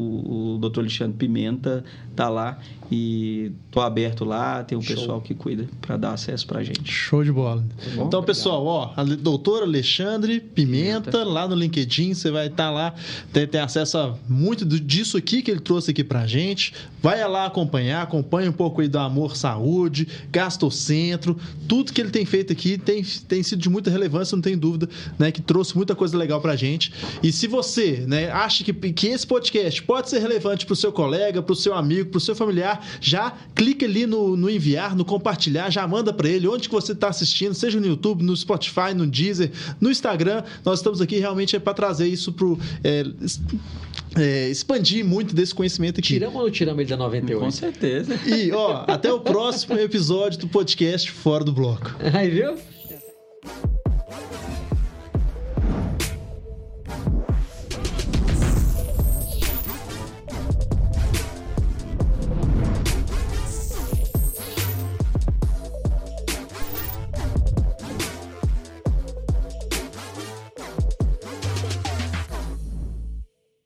o doutor Alexandre Pimenta tá lá e tô aberto lá, tem um Show. pessoal que cuida para dar acesso pra gente. Show de bola. Bom, então, pessoal, ó, a doutor Alexandre Pimenta, Pimenta, lá no LinkedIn, você vai estar tá lá, tem, tem acesso a muito disso aqui que ele trouxe aqui pra gente. Vai lá acompanhar, acompanha um pouco aí do Amor Saúde, Gastocentro, tudo que ele tem feito aqui tem, tem sido de muita relevância, não tem dúvida, né, que trouxe muita coisa legal pra gente. E se você, né, acha que, que esse podcast pode ser relevante pro seu colega, pro seu amigo, pro seu familiar, já clica ali no, no enviar, no compartilhar, já manda para ele onde que você está assistindo, seja no YouTube, no Spotify, no Deezer, no Instagram. Nós estamos aqui realmente é para trazer isso pro é, é, expandir muito desse conhecimento aqui. Tiramos ou não tiramos ele da noventa e oito? Com certeza. E ó, até o próximo episódio do podcast Fora do Bloco. Aí, viu?